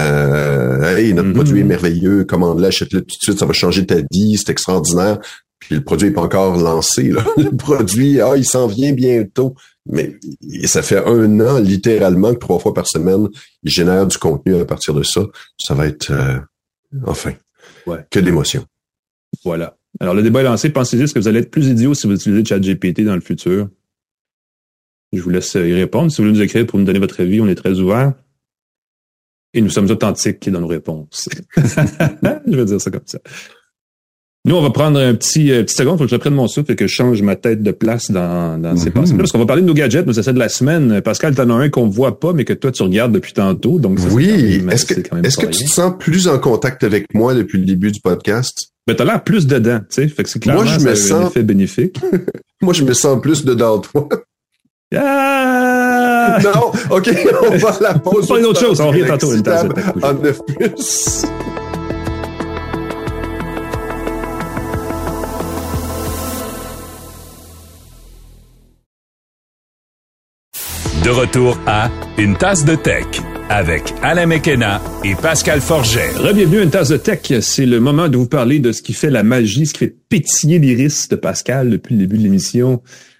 Euh, hey, notre mm-hmm. produit est merveilleux, commande-le, achète-le tout de suite, ça va changer ta vie, c'est extraordinaire. Puis le produit n'est pas encore lancé. Là. Le produit, ah, il s'en vient bientôt. Mais ça fait un an, littéralement, que trois fois par semaine, il génère du contenu à partir de ça. Ça va être, euh, enfin, ouais. Que d'émotion. Voilà. Alors, le débat est lancé. Pensez-y, est-ce que vous allez être plus idiot si vous utilisez ChatGPT dans le futur? Je vous laisse y répondre. Si vous voulez nous écrire pour nous donner votre avis, on est très ouverts. Et nous sommes authentiques dans nos réponses. Je vais dire ça comme ça. Nous, on va prendre un petit, euh, petit seconde, faut que je prenne mon souffle et que je change ma tête de place dans, dans ces Mm-hmm. passages. Parce qu'on va parler de nos gadgets, mais ça c'est de la semaine. Pascal, t'en as un qu'on voit pas, mais que toi, tu regardes depuis tantôt. Donc ça, oui. c'est quand même, est-ce que, c'est quand même est-ce que pas tu rien. te sens plus en contact avec moi depuis le début du podcast? Ben, t'as l'air plus dedans, tu sais. Fait que c'est clairement Moi, je me ça a un sens- effet bénéfique. Moi, je me sens plus dedans de toi. Ah! Non, OK, on va à la pause. On va parler d'autre chose, on revient tantôt, une tasse de thé. En neuf plus. De retour à Une tasse de tech avec Alain Mekena et Pascal Forget. Re-bienvenue à Une tasse de tech. C'est le moment de vous parler de ce qui fait la magie, ce qui fait pétiller l'iris de Pascal depuis le début de l'émission.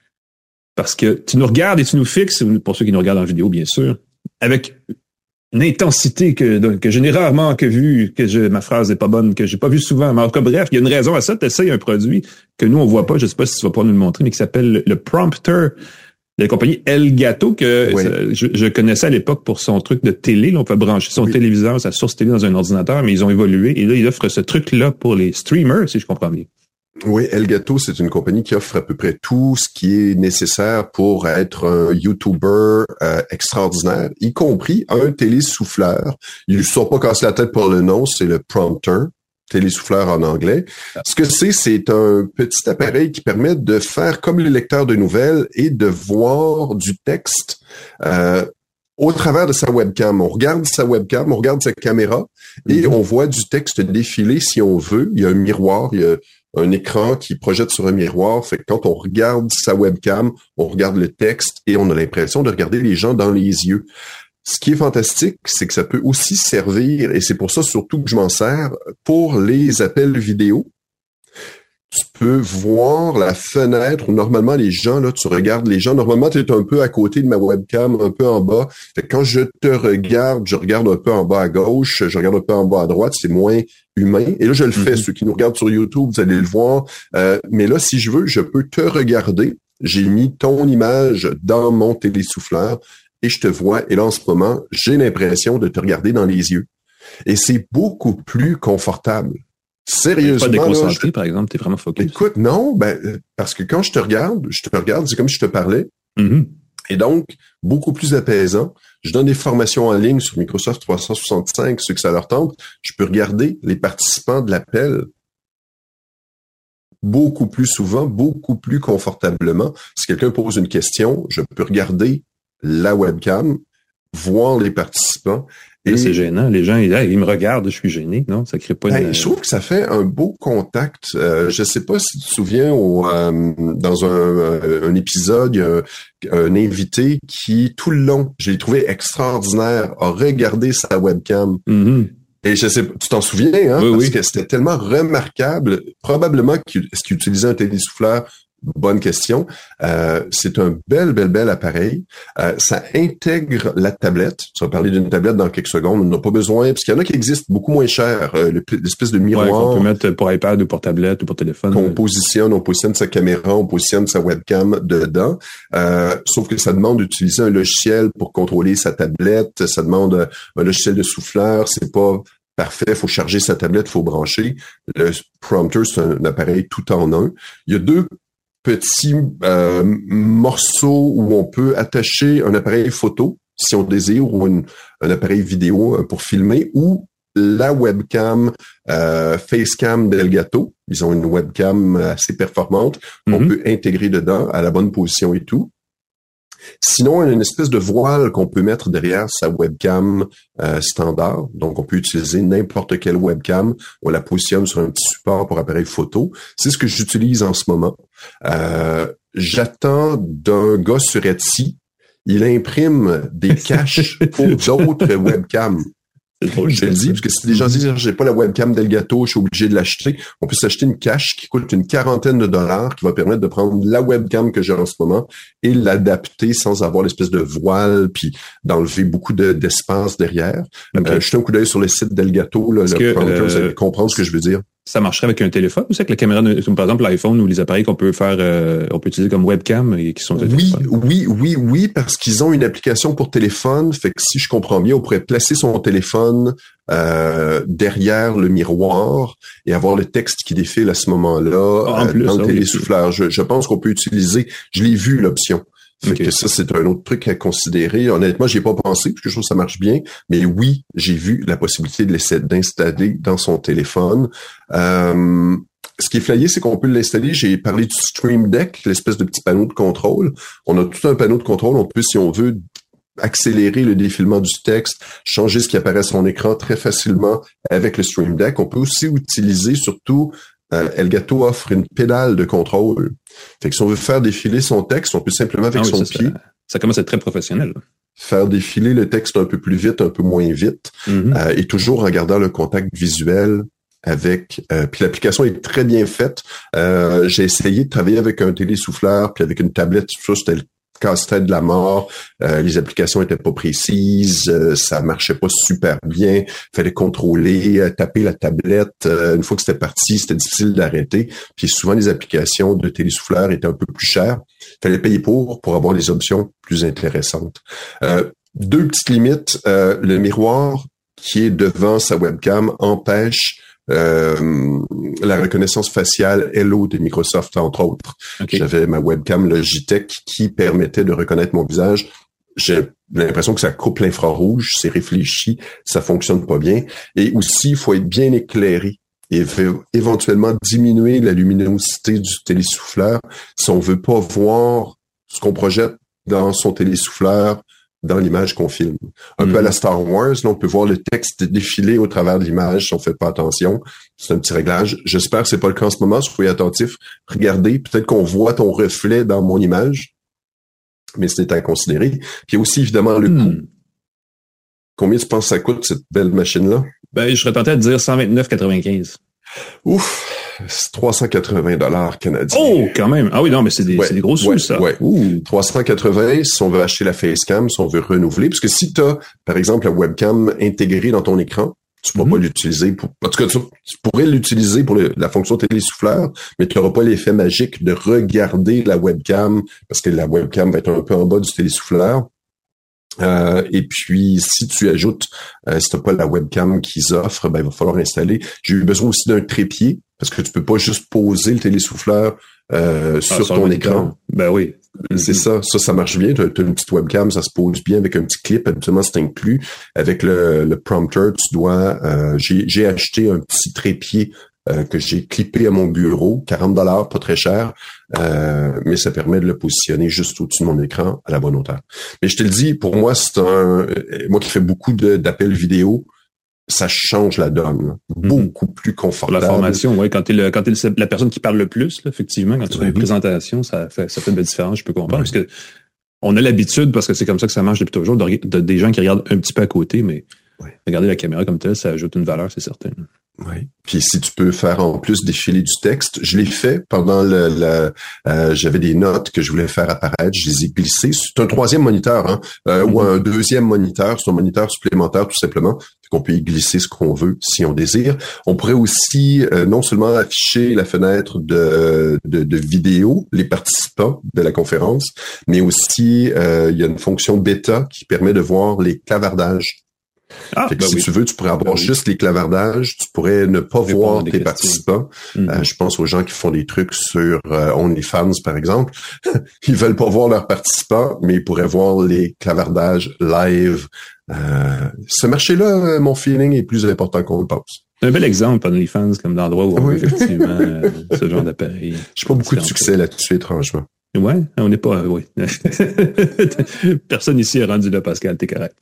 Parce que tu nous regardes et tu nous fixes, pour ceux qui nous regardent en vidéo, bien sûr, avec une intensité que, que je n'ai rarement que vue, que je, ma phrase n'est pas bonne, que j'ai pas vu souvent. Mais en tout cas, bref, il y a une raison à ça. Tu essayes un produit que nous, on voit pas, je sais pas si tu vas pas nous le montrer, mais qui s'appelle le Prompter de la compagnie Elgato, que Oui. ça, je, je connaissais à l'époque pour son truc de télé. Là, on peut brancher son Oui. téléviseur, sa source télé dans un ordinateur, mais ils ont évolué. Et là, ils offrent ce truc-là pour les streamers, si je comprends bien. Oui, Elgato, c'est une compagnie qui offre à peu près tout ce qui est nécessaire pour être un YouTuber euh, extraordinaire, y compris un télésouffleur. Ils ne se sont pas cassés la tête pour le nom, c'est le Prompter, télésouffleur en anglais. Ce que c'est, c'est un petit appareil qui permet de faire comme le lecteur de nouvelles et de voir du texte euh, au travers de sa webcam. On regarde sa webcam, on regarde sa caméra et Mm-hmm. on voit du texte défiler si on veut. Il y a un miroir, il y a un écran qui projette sur un miroir. Fait que quand on regarde sa webcam, on regarde le texte et on a l'impression de regarder les gens dans les yeux. Ce qui est fantastique, c'est que ça peut aussi servir, et c'est pour ça surtout que je m'en sers, pour les appels vidéo. Tu peux voir la fenêtre où normalement les gens, là, tu regardes les gens. Normalement, tu es un peu à côté de ma webcam, un peu en bas. Fait que quand je te regarde, je regarde un peu en bas à gauche, je regarde un peu en bas à droite, c'est moins humain. Et là, je le fais. Mm-hmm. Ceux qui nous regardent sur YouTube, vous allez le voir. Euh, mais là, si je veux, je peux te regarder. J'ai mis ton image dans mon télésouffleur et je te vois. Et là, en ce moment, j'ai l'impression de te regarder dans les yeux. Et c'est beaucoup plus confortable. Sérieusement, Pas là, déconcentré, je- par exemple, t'es vraiment focus. écoute, non, ben, euh, parce que quand je te regarde, je te regarde, c'est comme si je te parlais. Mhm. Et donc, beaucoup plus apaisant. Je donne des formations en ligne sur Microsoft trois cent soixante-cinq, ceux que ça leur tente. Je peux regarder les participants de l'appel beaucoup plus souvent, beaucoup plus confortablement. Si quelqu'un pose une question, je peux regarder la webcam, voir les participants. Là, Et c'est gênant. Les gens, ils, hey, ils me regardent, je suis gêné. Non, ça crée pas ben, une... je trouve que ça fait un beau contact. Euh, je sais pas si tu te souviens, au, euh, dans un, euh, un épisode, il y a un, un invité qui, tout le long, je l'ai trouvé extraordinaire, a regardé sa webcam. Mhm. Et je sais pas, tu t'en souviens, hein? Oui, parce oui. que c'était tellement remarquable. Probablement qu'il, est-ce qu'il utilisait un télésouffleur? Bonne question. Euh, c'est un bel, bel, bel appareil. Euh, ça intègre la tablette. Tu vas parler d'une tablette dans quelques secondes. On n'a pas besoin, parce qu'il y en a qui existent beaucoup moins chers. Euh, le- l'espèce de Ouais, miroir qu'on peut mettre pour iPad ou pour tablette ou pour téléphone. qu'on positionne, on positionne sa caméra, on positionne sa webcam dedans. Euh, sauf que ça demande d'utiliser un logiciel pour contrôler sa tablette. Ça demande un logiciel de souffleur. C'est pas parfait. Il faut charger sa tablette, il faut brancher. Le Prompter, c'est un, un appareil tout en un. Il y a deux petits euh, morceaux où on peut attacher un appareil photo, si on désire, ou une, un appareil vidéo pour filmer, ou la webcam euh, Facecam d'Elgato. Ils ont une webcam assez performante qu'on Mhm. peut intégrer dedans à la bonne position et tout. Sinon, il y a une espèce de voile qu'on peut mettre derrière sa webcam euh, standard. Donc, on peut utiliser n'importe quelle webcam. On la positionne sur un petit support pour appareil photo. C'est ce que j'utilise en ce moment. Euh, j'attends d'un gars sur Etsy. Il imprime des caches pour d'autres webcams. C'est drôle, Je te le dis, parce que si les gens disent j'ai pas la webcam d'Elgato, je suis obligé de l'acheter, on peut s'acheter une cache qui coûte une quarantaine de dollars, qui va permettre de prendre la webcam que j'ai en ce moment et l'adapter sans avoir l'espèce de voile, puis d'enlever beaucoup de, d'espace derrière. Okay. Euh, jetez un coup d'œil sur le site d'Elgato, là, le que, Prompter, euh, vous allez comprendre ce que je veux dire. ça marcherait avec un téléphone aussi, avec la caméra, de, par exemple l'iPhone ou les appareils qu'on peut faire, euh, on peut utiliser comme webcam et qui sont oui, téléphone. oui, oui, oui, parce qu'ils ont une application pour téléphone. Fait que si je comprends bien, on pourrait placer son téléphone euh, derrière le miroir et avoir le texte qui défile à ce moment-là ah, en euh, plus, dans le ah, télésouffleur. Oui. Je, je pense qu'on peut utiliser. Je l'ai vu l'option. Fait okay. que ça, c'est un autre truc à considérer. Honnêtement, j'y ai pas pensé, parce que je trouve que ça marche bien. Mais oui, j'ai vu la possibilité de l'essayer d'installer dans son téléphone. Euh, ce qui est flyé, c'est qu'on peut l'installer. J'ai parlé du Stream Deck, l'espèce de petit panneau de contrôle. On a tout un panneau de contrôle. On peut, si on veut, accélérer le défilement du texte, changer ce qui apparaît sur son écran très facilement avec le Stream Deck. On peut aussi utiliser, surtout, Euh, Elgato offre une pédale de contrôle. Fait que si on veut faire défiler son texte, on peut simplement avec ah oui, son ça, pied. Ça, ça commence à être très professionnel. Là. Faire défiler le texte un peu plus vite, un peu moins vite, mm-hmm. euh, et toujours en gardant le contact visuel avec. Euh, puis l'application est très bien faite. Euh, j'ai essayé de travailler avec un télésouffleur puis avec une tablette. Ça, c'était le casse-tête de la mort, euh, les applications étaient pas précises, euh, ça marchait pas super bien, fallait contrôler, euh, taper la tablette, euh, une fois que c'était parti, c'était difficile d'arrêter, puis souvent les applications de télésouffleurs étaient un peu plus chères, fallait payer pour pour avoir des options plus intéressantes. Euh, deux petites limites, euh, le miroir qui est devant sa webcam empêche Euh, la reconnaissance faciale Hello de Microsoft, entre autres. Okay. J'avais ma webcam Logitech qui permettait de reconnaître mon visage. J'ai l'impression que ça coupe l'infrarouge, c'est réfléchi, ça fonctionne pas bien. Et aussi, il faut être bien éclairé et éventuellement diminuer la luminosité du télésouffleur si on veut pas voir ce qu'on projette dans son télésouffleur dans l'image qu'on filme. Un mmh. peu à la Star Wars, là, on peut voir le texte défiler au travers de l'image si on fait pas attention. C'est un petit réglage. J'espère que c'est pas le cas en ce moment. Soyez attentif. Regardez, peut-être qu'on voit ton reflet dans mon image, mais c'est à considérer. Puis aussi, évidemment, le mmh. coût. Combien tu penses que ça coûte, cette belle machine-là? Ben, je serais tenté de dire cent vingt-neuf quatre-vingt-quinze. Ouf! C'est trois cent quatre-vingts dollars canadiens. Oh, quand même. Ah oui, non, mais c'est des, ouais, c'est des gros sous, ouais, ça. Ouais. Ouh. trois cent quatre-vingts si on veut acheter la facecam, si on veut renouveler. Parce que si tu as, par exemple, la webcam intégrée dans ton écran, tu ne pourras mm-hmm. pas l'utiliser pour. En tout cas, tu, tu pourrais l'utiliser pour le, la fonction télésouffleur, mais tu n'auras pas l'effet magique de regarder la webcam parce que la webcam va être un peu en bas du télésouffleur. Euh, et puis, si tu ajoutes, euh, si tu n'as pas la webcam qu'ils offrent, ben, il va falloir installer. J'ai eu besoin aussi d'un trépied, parce que tu peux pas juste poser le télésouffleur euh, ah, sur ton écran. écran. Ben oui. C'est ça. Ça, ça marche bien. Tu as une petite webcam, ça se pose bien avec un petit clip. Habituellement, c'est inclus. Avec le, le prompter, tu dois... Euh, j'ai, j'ai acheté un petit trépied Euh, que j'ai clippé à mon bureau, quarante dollars, pas très cher, euh, mais ça permet de le positionner juste au-dessus de mon écran à la bonne hauteur. Mais je te le dis, pour moi, c'est un... Moi qui fais beaucoup de, d'appels vidéo, ça change la donne. Là. Beaucoup mm-hmm. plus confortable. Pour la formation, oui, quand t'es, le, quand t'es le, la personne qui parle le plus, là, effectivement, quand tu fais une présentation, ça fait, ça fait de la différence, je peux comprendre, oui. parce que on a l'habitude, parce que c'est comme ça que ça marche depuis toujours, de, de, des gens qui regardent un petit peu à côté, mais oui. regarder la caméra comme telle, ça ajoute une valeur, c'est certain. Oui. Puis si tu peux faire en plus défiler du texte, je l'ai fait pendant le, le euh, j'avais des notes que je voulais faire apparaître, je les ai glissées. C'est un troisième moniteur, hein, euh, mm-hmm. ou un deuxième moniteur, c'est un moniteur supplémentaire tout simplement, qu'on peut y glisser ce qu'on veut si on désire. On pourrait aussi euh, non seulement afficher la fenêtre de, de, de vidéo, les participants de la conférence, mais aussi euh, il y a une fonction bêta qui permet de voir les clavardages. Ah, fait que ben si oui. tu veux, tu pourrais avoir ben juste oui. les clavardages, tu pourrais ne pas voir tes participants. Mm-hmm. Euh, je pense aux gens qui font des trucs sur euh, OnlyFans, par exemple. Ils veulent pas voir leurs participants, mais ils pourraient voir les clavardages live. Euh, ce marché-là, mon feeling est plus important qu'on le pense. C'est un bel exemple, OnlyFans, comme l'endroit où on oui. a effectivement euh, ce genre d'appareil. J'ai pas beaucoup de succès là-dessus, étrangement. Ouais, on n'est pas, oui. Personne ici est rendu là, Pascal, t'es correct.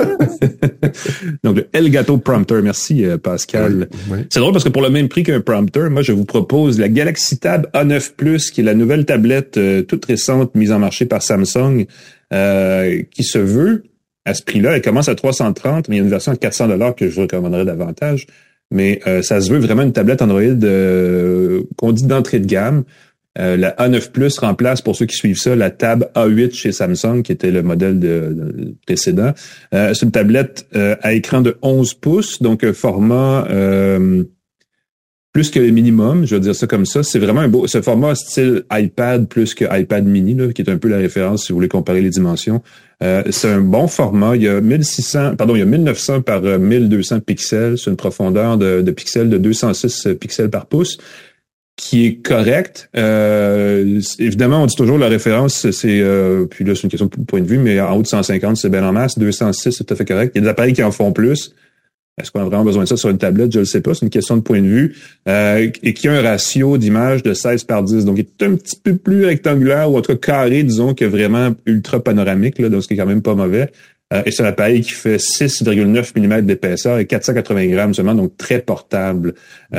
Donc, le Elgato Prompter. Merci, Pascal. Oui, oui. C'est drôle parce que pour le même prix qu'un prompter, moi, je vous propose la Galaxy Tab A neuf Plus, qui est la nouvelle tablette euh, toute récente mise en marché par Samsung, euh, qui se veut à ce prix-là. Elle commence à trois cent trente, mais il y a une version à quatre cents dollars que je vous recommanderais davantage. Mais euh, ça se veut vraiment une tablette Android euh, qu'on dit d'entrée de gamme. Euh, la A neuf Plus remplace, pour ceux qui suivent ça, la Tab A huit chez Samsung, qui était le modèle de, de précédent. Euh, c'est une tablette euh, à écran de onze pouces, donc un format euh, plus que le minimum, je veux dire ça comme ça. C'est vraiment un beau, ce format style iPad plus que iPad mini, là, qui est un peu la référence si vous voulez comparer les dimensions. Euh, c'est un bon format. Il y a mille six cents, pardon, il y a mille neuf cents par mille deux cents pixels. C'est une profondeur de, de pixels de deux cent six pixels par pouce, qui est correct. Euh, évidemment, on dit toujours la référence, c'est, euh, puis là, c'est une question de point de vue, mais en haut de cent cinquante, c'est bien en masse. deux cent six, c'est tout à fait correct. Il y a des appareils qui en font plus. Est-ce qu'on a vraiment besoin de ça sur une tablette? Je ne le sais pas. C'est une question de point de vue. Euh, et qui a un ratio d'image de seize par dix. Donc, il est un petit peu plus rectangulaire, ou en tout cas carré, disons, que vraiment ultra panoramique, là, donc ce qui est quand même pas mauvais. Euh, et c'est un appareil qui fait six virgule neuf millimètres d'épaisseur et quatre cent quatre-vingts grammes seulement, donc très portable.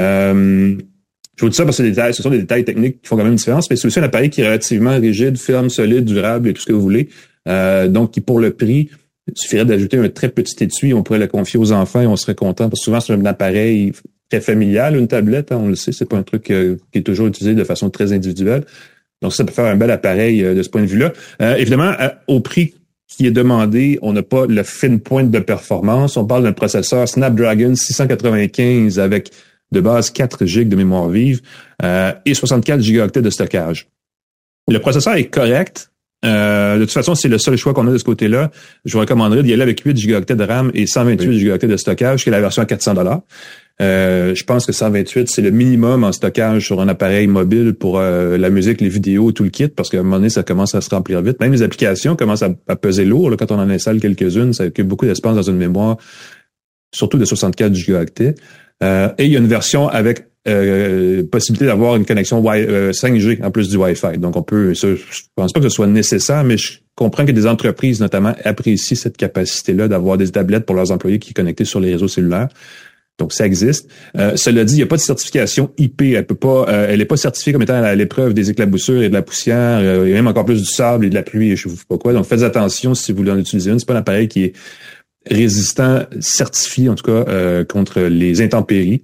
Euh, je vous dis ça parce que les détails, ce sont des détails techniques qui font quand même une différence, mais c'est aussi un appareil qui est relativement rigide, ferme, solide, durable et tout ce que vous voulez. Euh, donc, qui pour le prix, il suffirait d'ajouter un très petit étui, on pourrait le confier aux enfants et on serait content. Parce que souvent, c'est un appareil très familial, une tablette, hein, on le sait, c'est pas un truc euh, qui est toujours utilisé de façon très individuelle. Donc, ça peut faire un bel appareil euh, de ce point de vue-là. Euh, évidemment, à, au prix qui est demandé, on n'a pas le fine pointe de performance. On parle d'un processeur Snapdragon six cent quatre-vingt-quinze avec de base quatre gigs de mémoire vive euh, et soixante-quatre gigaoctets de stockage. Le processeur est correct. Euh, de toute façon, c'est le seul choix qu'on a de ce côté-là. Je vous recommanderais d'y aller avec huit gigaoctets de RAM et cent vingt-huit oui. gigaoctets de stockage, qui est la version à quatre cents dollars. Euh, je pense que cent vingt-huit, c'est le minimum en stockage sur un appareil mobile pour euh, la musique, les vidéos, tout le kit, parce qu'à un moment donné, ça commence à se remplir vite. Même les applications commencent à, à peser lourd. Là, quand on en installe quelques-unes, ça occupe beaucoup d'espace dans une mémoire, surtout de soixante-quatre gigaoctets. Euh, et il y a une version avec Euh, possibilité d'avoir une connexion wi- euh, cinq G en plus du Wi-Fi. Donc, on peut, ça, je pense pas que ce soit nécessaire, mais je comprends que des entreprises, notamment, apprécient cette capacité-là d'avoir des tablettes pour leurs employés qui sont connectés sur les réseaux cellulaires. Donc, ça existe. Euh, cela dit, il n'y a pas de certification I P. Elle peut pas, euh, elle n'est pas certifiée comme étant à l'épreuve des éclaboussures et de la poussière, euh, et même encore plus du sable et de la pluie et je ne sais pas quoi. Donc, faites attention si vous voulez en utiliser une. C'est pas un appareil qui est résistant, certifié, en tout cas, euh, contre les intempéries.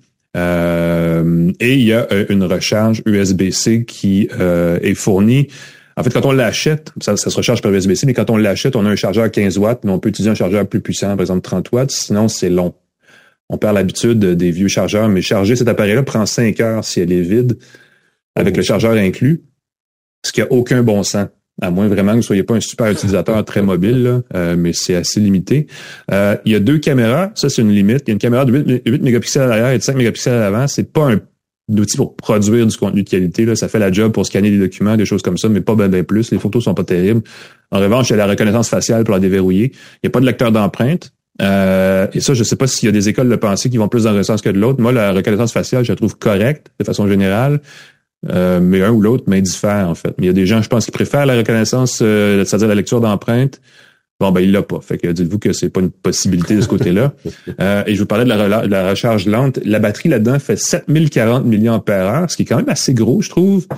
Euh, et il y a euh, une recharge U S B C qui euh, est fournie. En fait, quand on l'achète, ça, ça se recharge par U S B C, mais quand on l'achète, on a un chargeur quinze watts, mais on peut utiliser un chargeur plus puissant, par exemple trente watts, sinon c'est long. On perd l'habitude des vieux chargeurs, mais charger cet appareil-là prend cinq heures si elle est vide, avec le chargeur inclus, ce qui a aucun bon sens. À moins vraiment que vous soyez pas un super utilisateur très mobile, là, euh, mais c'est assez limité. Euh, il y a deux caméras, ça c'est une limite. Il y a une caméra de huit mégapixels à l'arrière et de cinq mégapixels à l'avant. C'est pas un outil pour produire du contenu de qualité. Là. Ça fait la job pour scanner des documents, des choses comme ça, mais pas ben, ben plus. Les photos sont pas terribles. En revanche, il y a la reconnaissance faciale pour la déverrouiller. Il n'y a pas de lecteur d'empreinte. Euh, et ça, je sais pas s'il y a des écoles de pensée qui vont plus dans un sens que de l'autre. Moi, la reconnaissance faciale, je la trouve correcte de façon générale. Euh, mais un ou l'autre m'indiffère, en fait. Mais il y a des gens, je pense, qui préfèrent la reconnaissance, euh, c'est-à-dire la lecture d'empreintes. Bon, ben, il l'a pas. Fait que dites-vous que c'est pas une possibilité de ce côté-là. Euh, et je vous parlais de la, de la recharge lente. La batterie là-dedans fait sept mille quarante milliampères heure, ce qui est quand même assez gros, je trouve.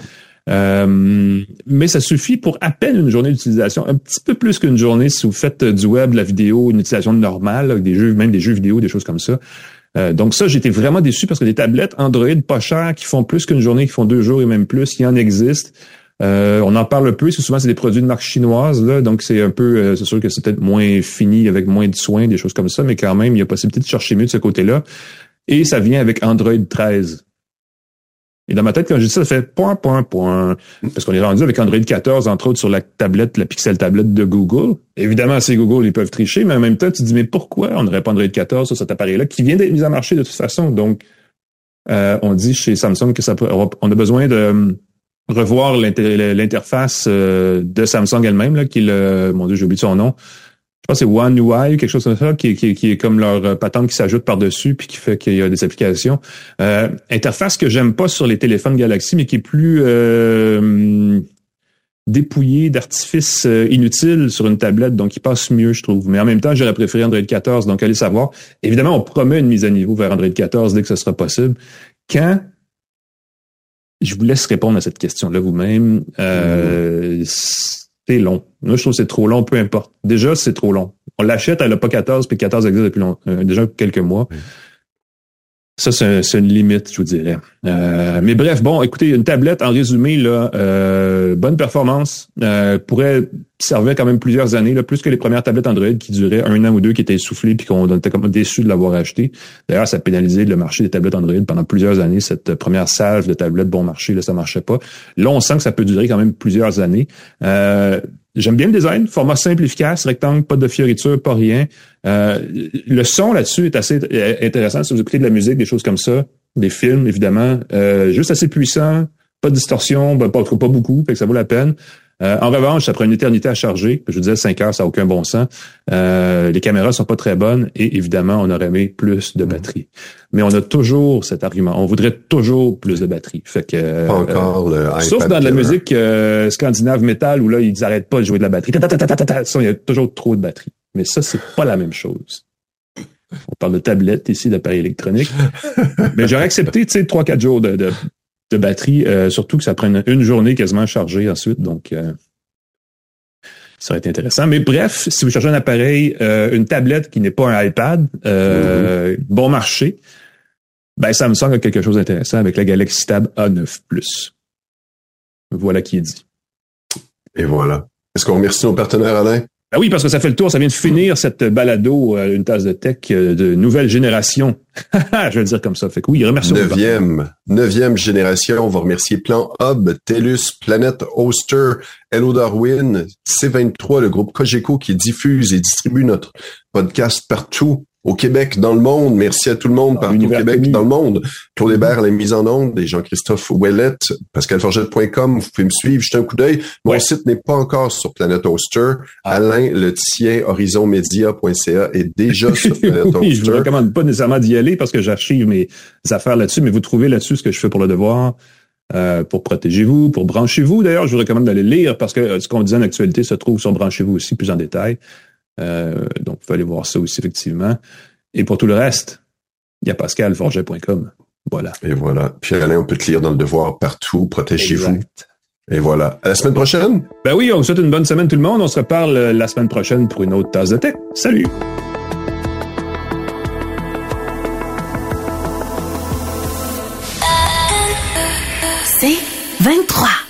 Euh, mais ça suffit pour à peine une journée d'utilisation. Un petit peu plus qu'une journée si vous faites du web, de la vidéo, une utilisation normale, avec des jeux, même des jeux vidéo, des choses comme ça. Euh, donc ça, j'étais vraiment déçu parce que des tablettes Android pas chères qui font plus qu'une journée, qui font deux jours et même plus, il y en existe. Euh, on en parle un peu, parce que souvent c'est des produits de marque chinoise, là, donc c'est un peu, euh, c'est sûr que c'est peut-être moins fini, avec moins de soins, des choses comme ça, mais quand même, il y a possibilité de chercher mieux de ce côté-là. Et ça vient avec Android treize. Et dans ma tête, quand je dis ça, ça fait point, point, point. Parce qu'on est rendu avec Android quatorze, entre autres, sur la tablette, la Pixel tablette de Google. Évidemment, c'est Google, ils peuvent tricher, mais en même temps, tu te dis, mais pourquoi on n'aurait pas Android quatorze sur cet appareil-là, qui vient d'être mis en marché de toute façon? Donc, euh, on dit chez Samsung que ça peut, on a besoin de revoir l'inter, l'interface euh, de Samsung elle-même, là, qui est le, mon Dieu, j'ai oublié son nom. Je pense que c'est One U I, quelque chose comme ça, qui, qui, qui est comme leur patente qui s'ajoute par-dessus puis qui fait qu'il y a des applications. Euh, interface que j'aime pas sur les téléphones Galaxy, mais qui est plus euh, dépouillée d'artifices euh, inutiles sur une tablette, donc qui passe mieux, je trouve. Mais en même temps, j'aurais préféré Android quatorze, donc allez savoir. Évidemment, on promet une mise à niveau vers Android quatorze dès que ce sera possible. Quand? Je vous laisse répondre à cette question-là vous-même. Euh, mmh. C'est long. Moi, je trouve que c'est trop long, peu importe. Déjà, c'est trop long. On l'achète, elle n'a pas quatorze, puis quatorze existe depuis long, euh, déjà quelques mois. Oui. Ça, c'est, un, c'est une limite, je vous dirais. Euh, mais bref, bon, écoutez, une tablette, en résumé, là, euh, bonne performance, euh, pourrait servait quand même plusieurs années, là, plus que les premières tablettes Android qui duraient un an ou deux, qui étaient essoufflées puis qu'on était comme déçus de l'avoir acheté. D'ailleurs, ça a pénalisé le marché des tablettes Android pendant plusieurs années. Cette première salve de tablettes bon marché, là, ça marchait pas. Là, on sent que ça peut durer quand même plusieurs années. Euh, J'aime bien le design, format simple, efficace, rectangle, pas de fioritures, pas rien. Euh, le son là-dessus est assez intéressant. Si vous écoutez de la musique, des choses comme ça, des films, évidemment, euh, juste assez puissant, pas de distorsion, ben, pas, pas beaucoup, fait que ça vaut la peine. Euh, en revanche, ça prend une éternité à charger. Je vous disais, cinq heures, ça n'a aucun bon sens. Euh, les caméras sont pas très bonnes et évidemment, on aurait aimé plus de batterie. Mais on a toujours cet argument. On voudrait toujours plus de batterie. Fait que pas encore euh, le iPad sauf dans de la killer. musique euh, scandinave métal où là, ils n'arrêtent pas de jouer de la batterie. Ta, ta, ta, ta, ta, ta, ça, il y a toujours trop de batterie. Mais ça, c'est pas la même chose. On parle de tablettes ici, d'appareils électroniques. Mais j'aurais accepté, tu sais, trois, quatre jours de, de de batterie, euh, surtout que ça prenne une journée quasiment à charger ensuite, donc euh, ça aurait été intéressant. Mais bref, si vous cherchez un appareil, euh, une tablette qui n'est pas un iPad, euh, mm-hmm. bon marché, ben Samsung a quelque chose d'intéressant avec la Galaxy Tab A neuf plus. Voilà qui est dit. Et voilà. Est-ce qu'on remercie nos partenaires, Alain? Ben oui, parce que ça fait le tour, ça vient de finir cette balado, euh, une tasse de tech euh, de nouvelle génération. Je vais le dire comme ça. Fait que oui, remercions. Neuvième, neuvième génération. On va remercier Plan Hub, TELUS, Planet Hoster, Hello Darwin, C vingt-trois, le groupe Cogeco qui diffuse et distribue notre podcast partout au Québec, dans le monde. Merci à tout le monde partout au Québec, dans le monde. Claude Hébert, la mise en onde, et Jean-Christophe Ouellette, pascal forget point com. Vous pouvez me suivre, jetez un coup d'œil. Mon ouais. site n'est pas encore sur Planet Hoster. Ah. Alain, le tien, horizon média point c a est déjà sur Planet oui, Hoster. Je vous recommande pas nécessairement d'y aller parce que j'archive mes affaires là-dessus, mais vous trouvez là-dessus ce que je fais pour le devoir, euh, pour protégez-vous, pour branchez-vous. D'ailleurs, je vous recommande d'aller lire parce que ce qu'on disait en actualité se trouve sur branchez-vous aussi plus en détail. Euh, donc, vous pouvez aller voir ça aussi, effectivement. Et pour tout le reste, il y a pascal forget point com. Voilà. Et voilà. Puis Alain, on peut te lire dans le devoir partout. Protégez-vous. Exact. Et voilà. À la semaine prochaine? Ben oui, on vous souhaite une bonne semaine tout le monde. On se reparle la semaine prochaine pour une autre tasse de tech. Salut! C'est vingt-trois.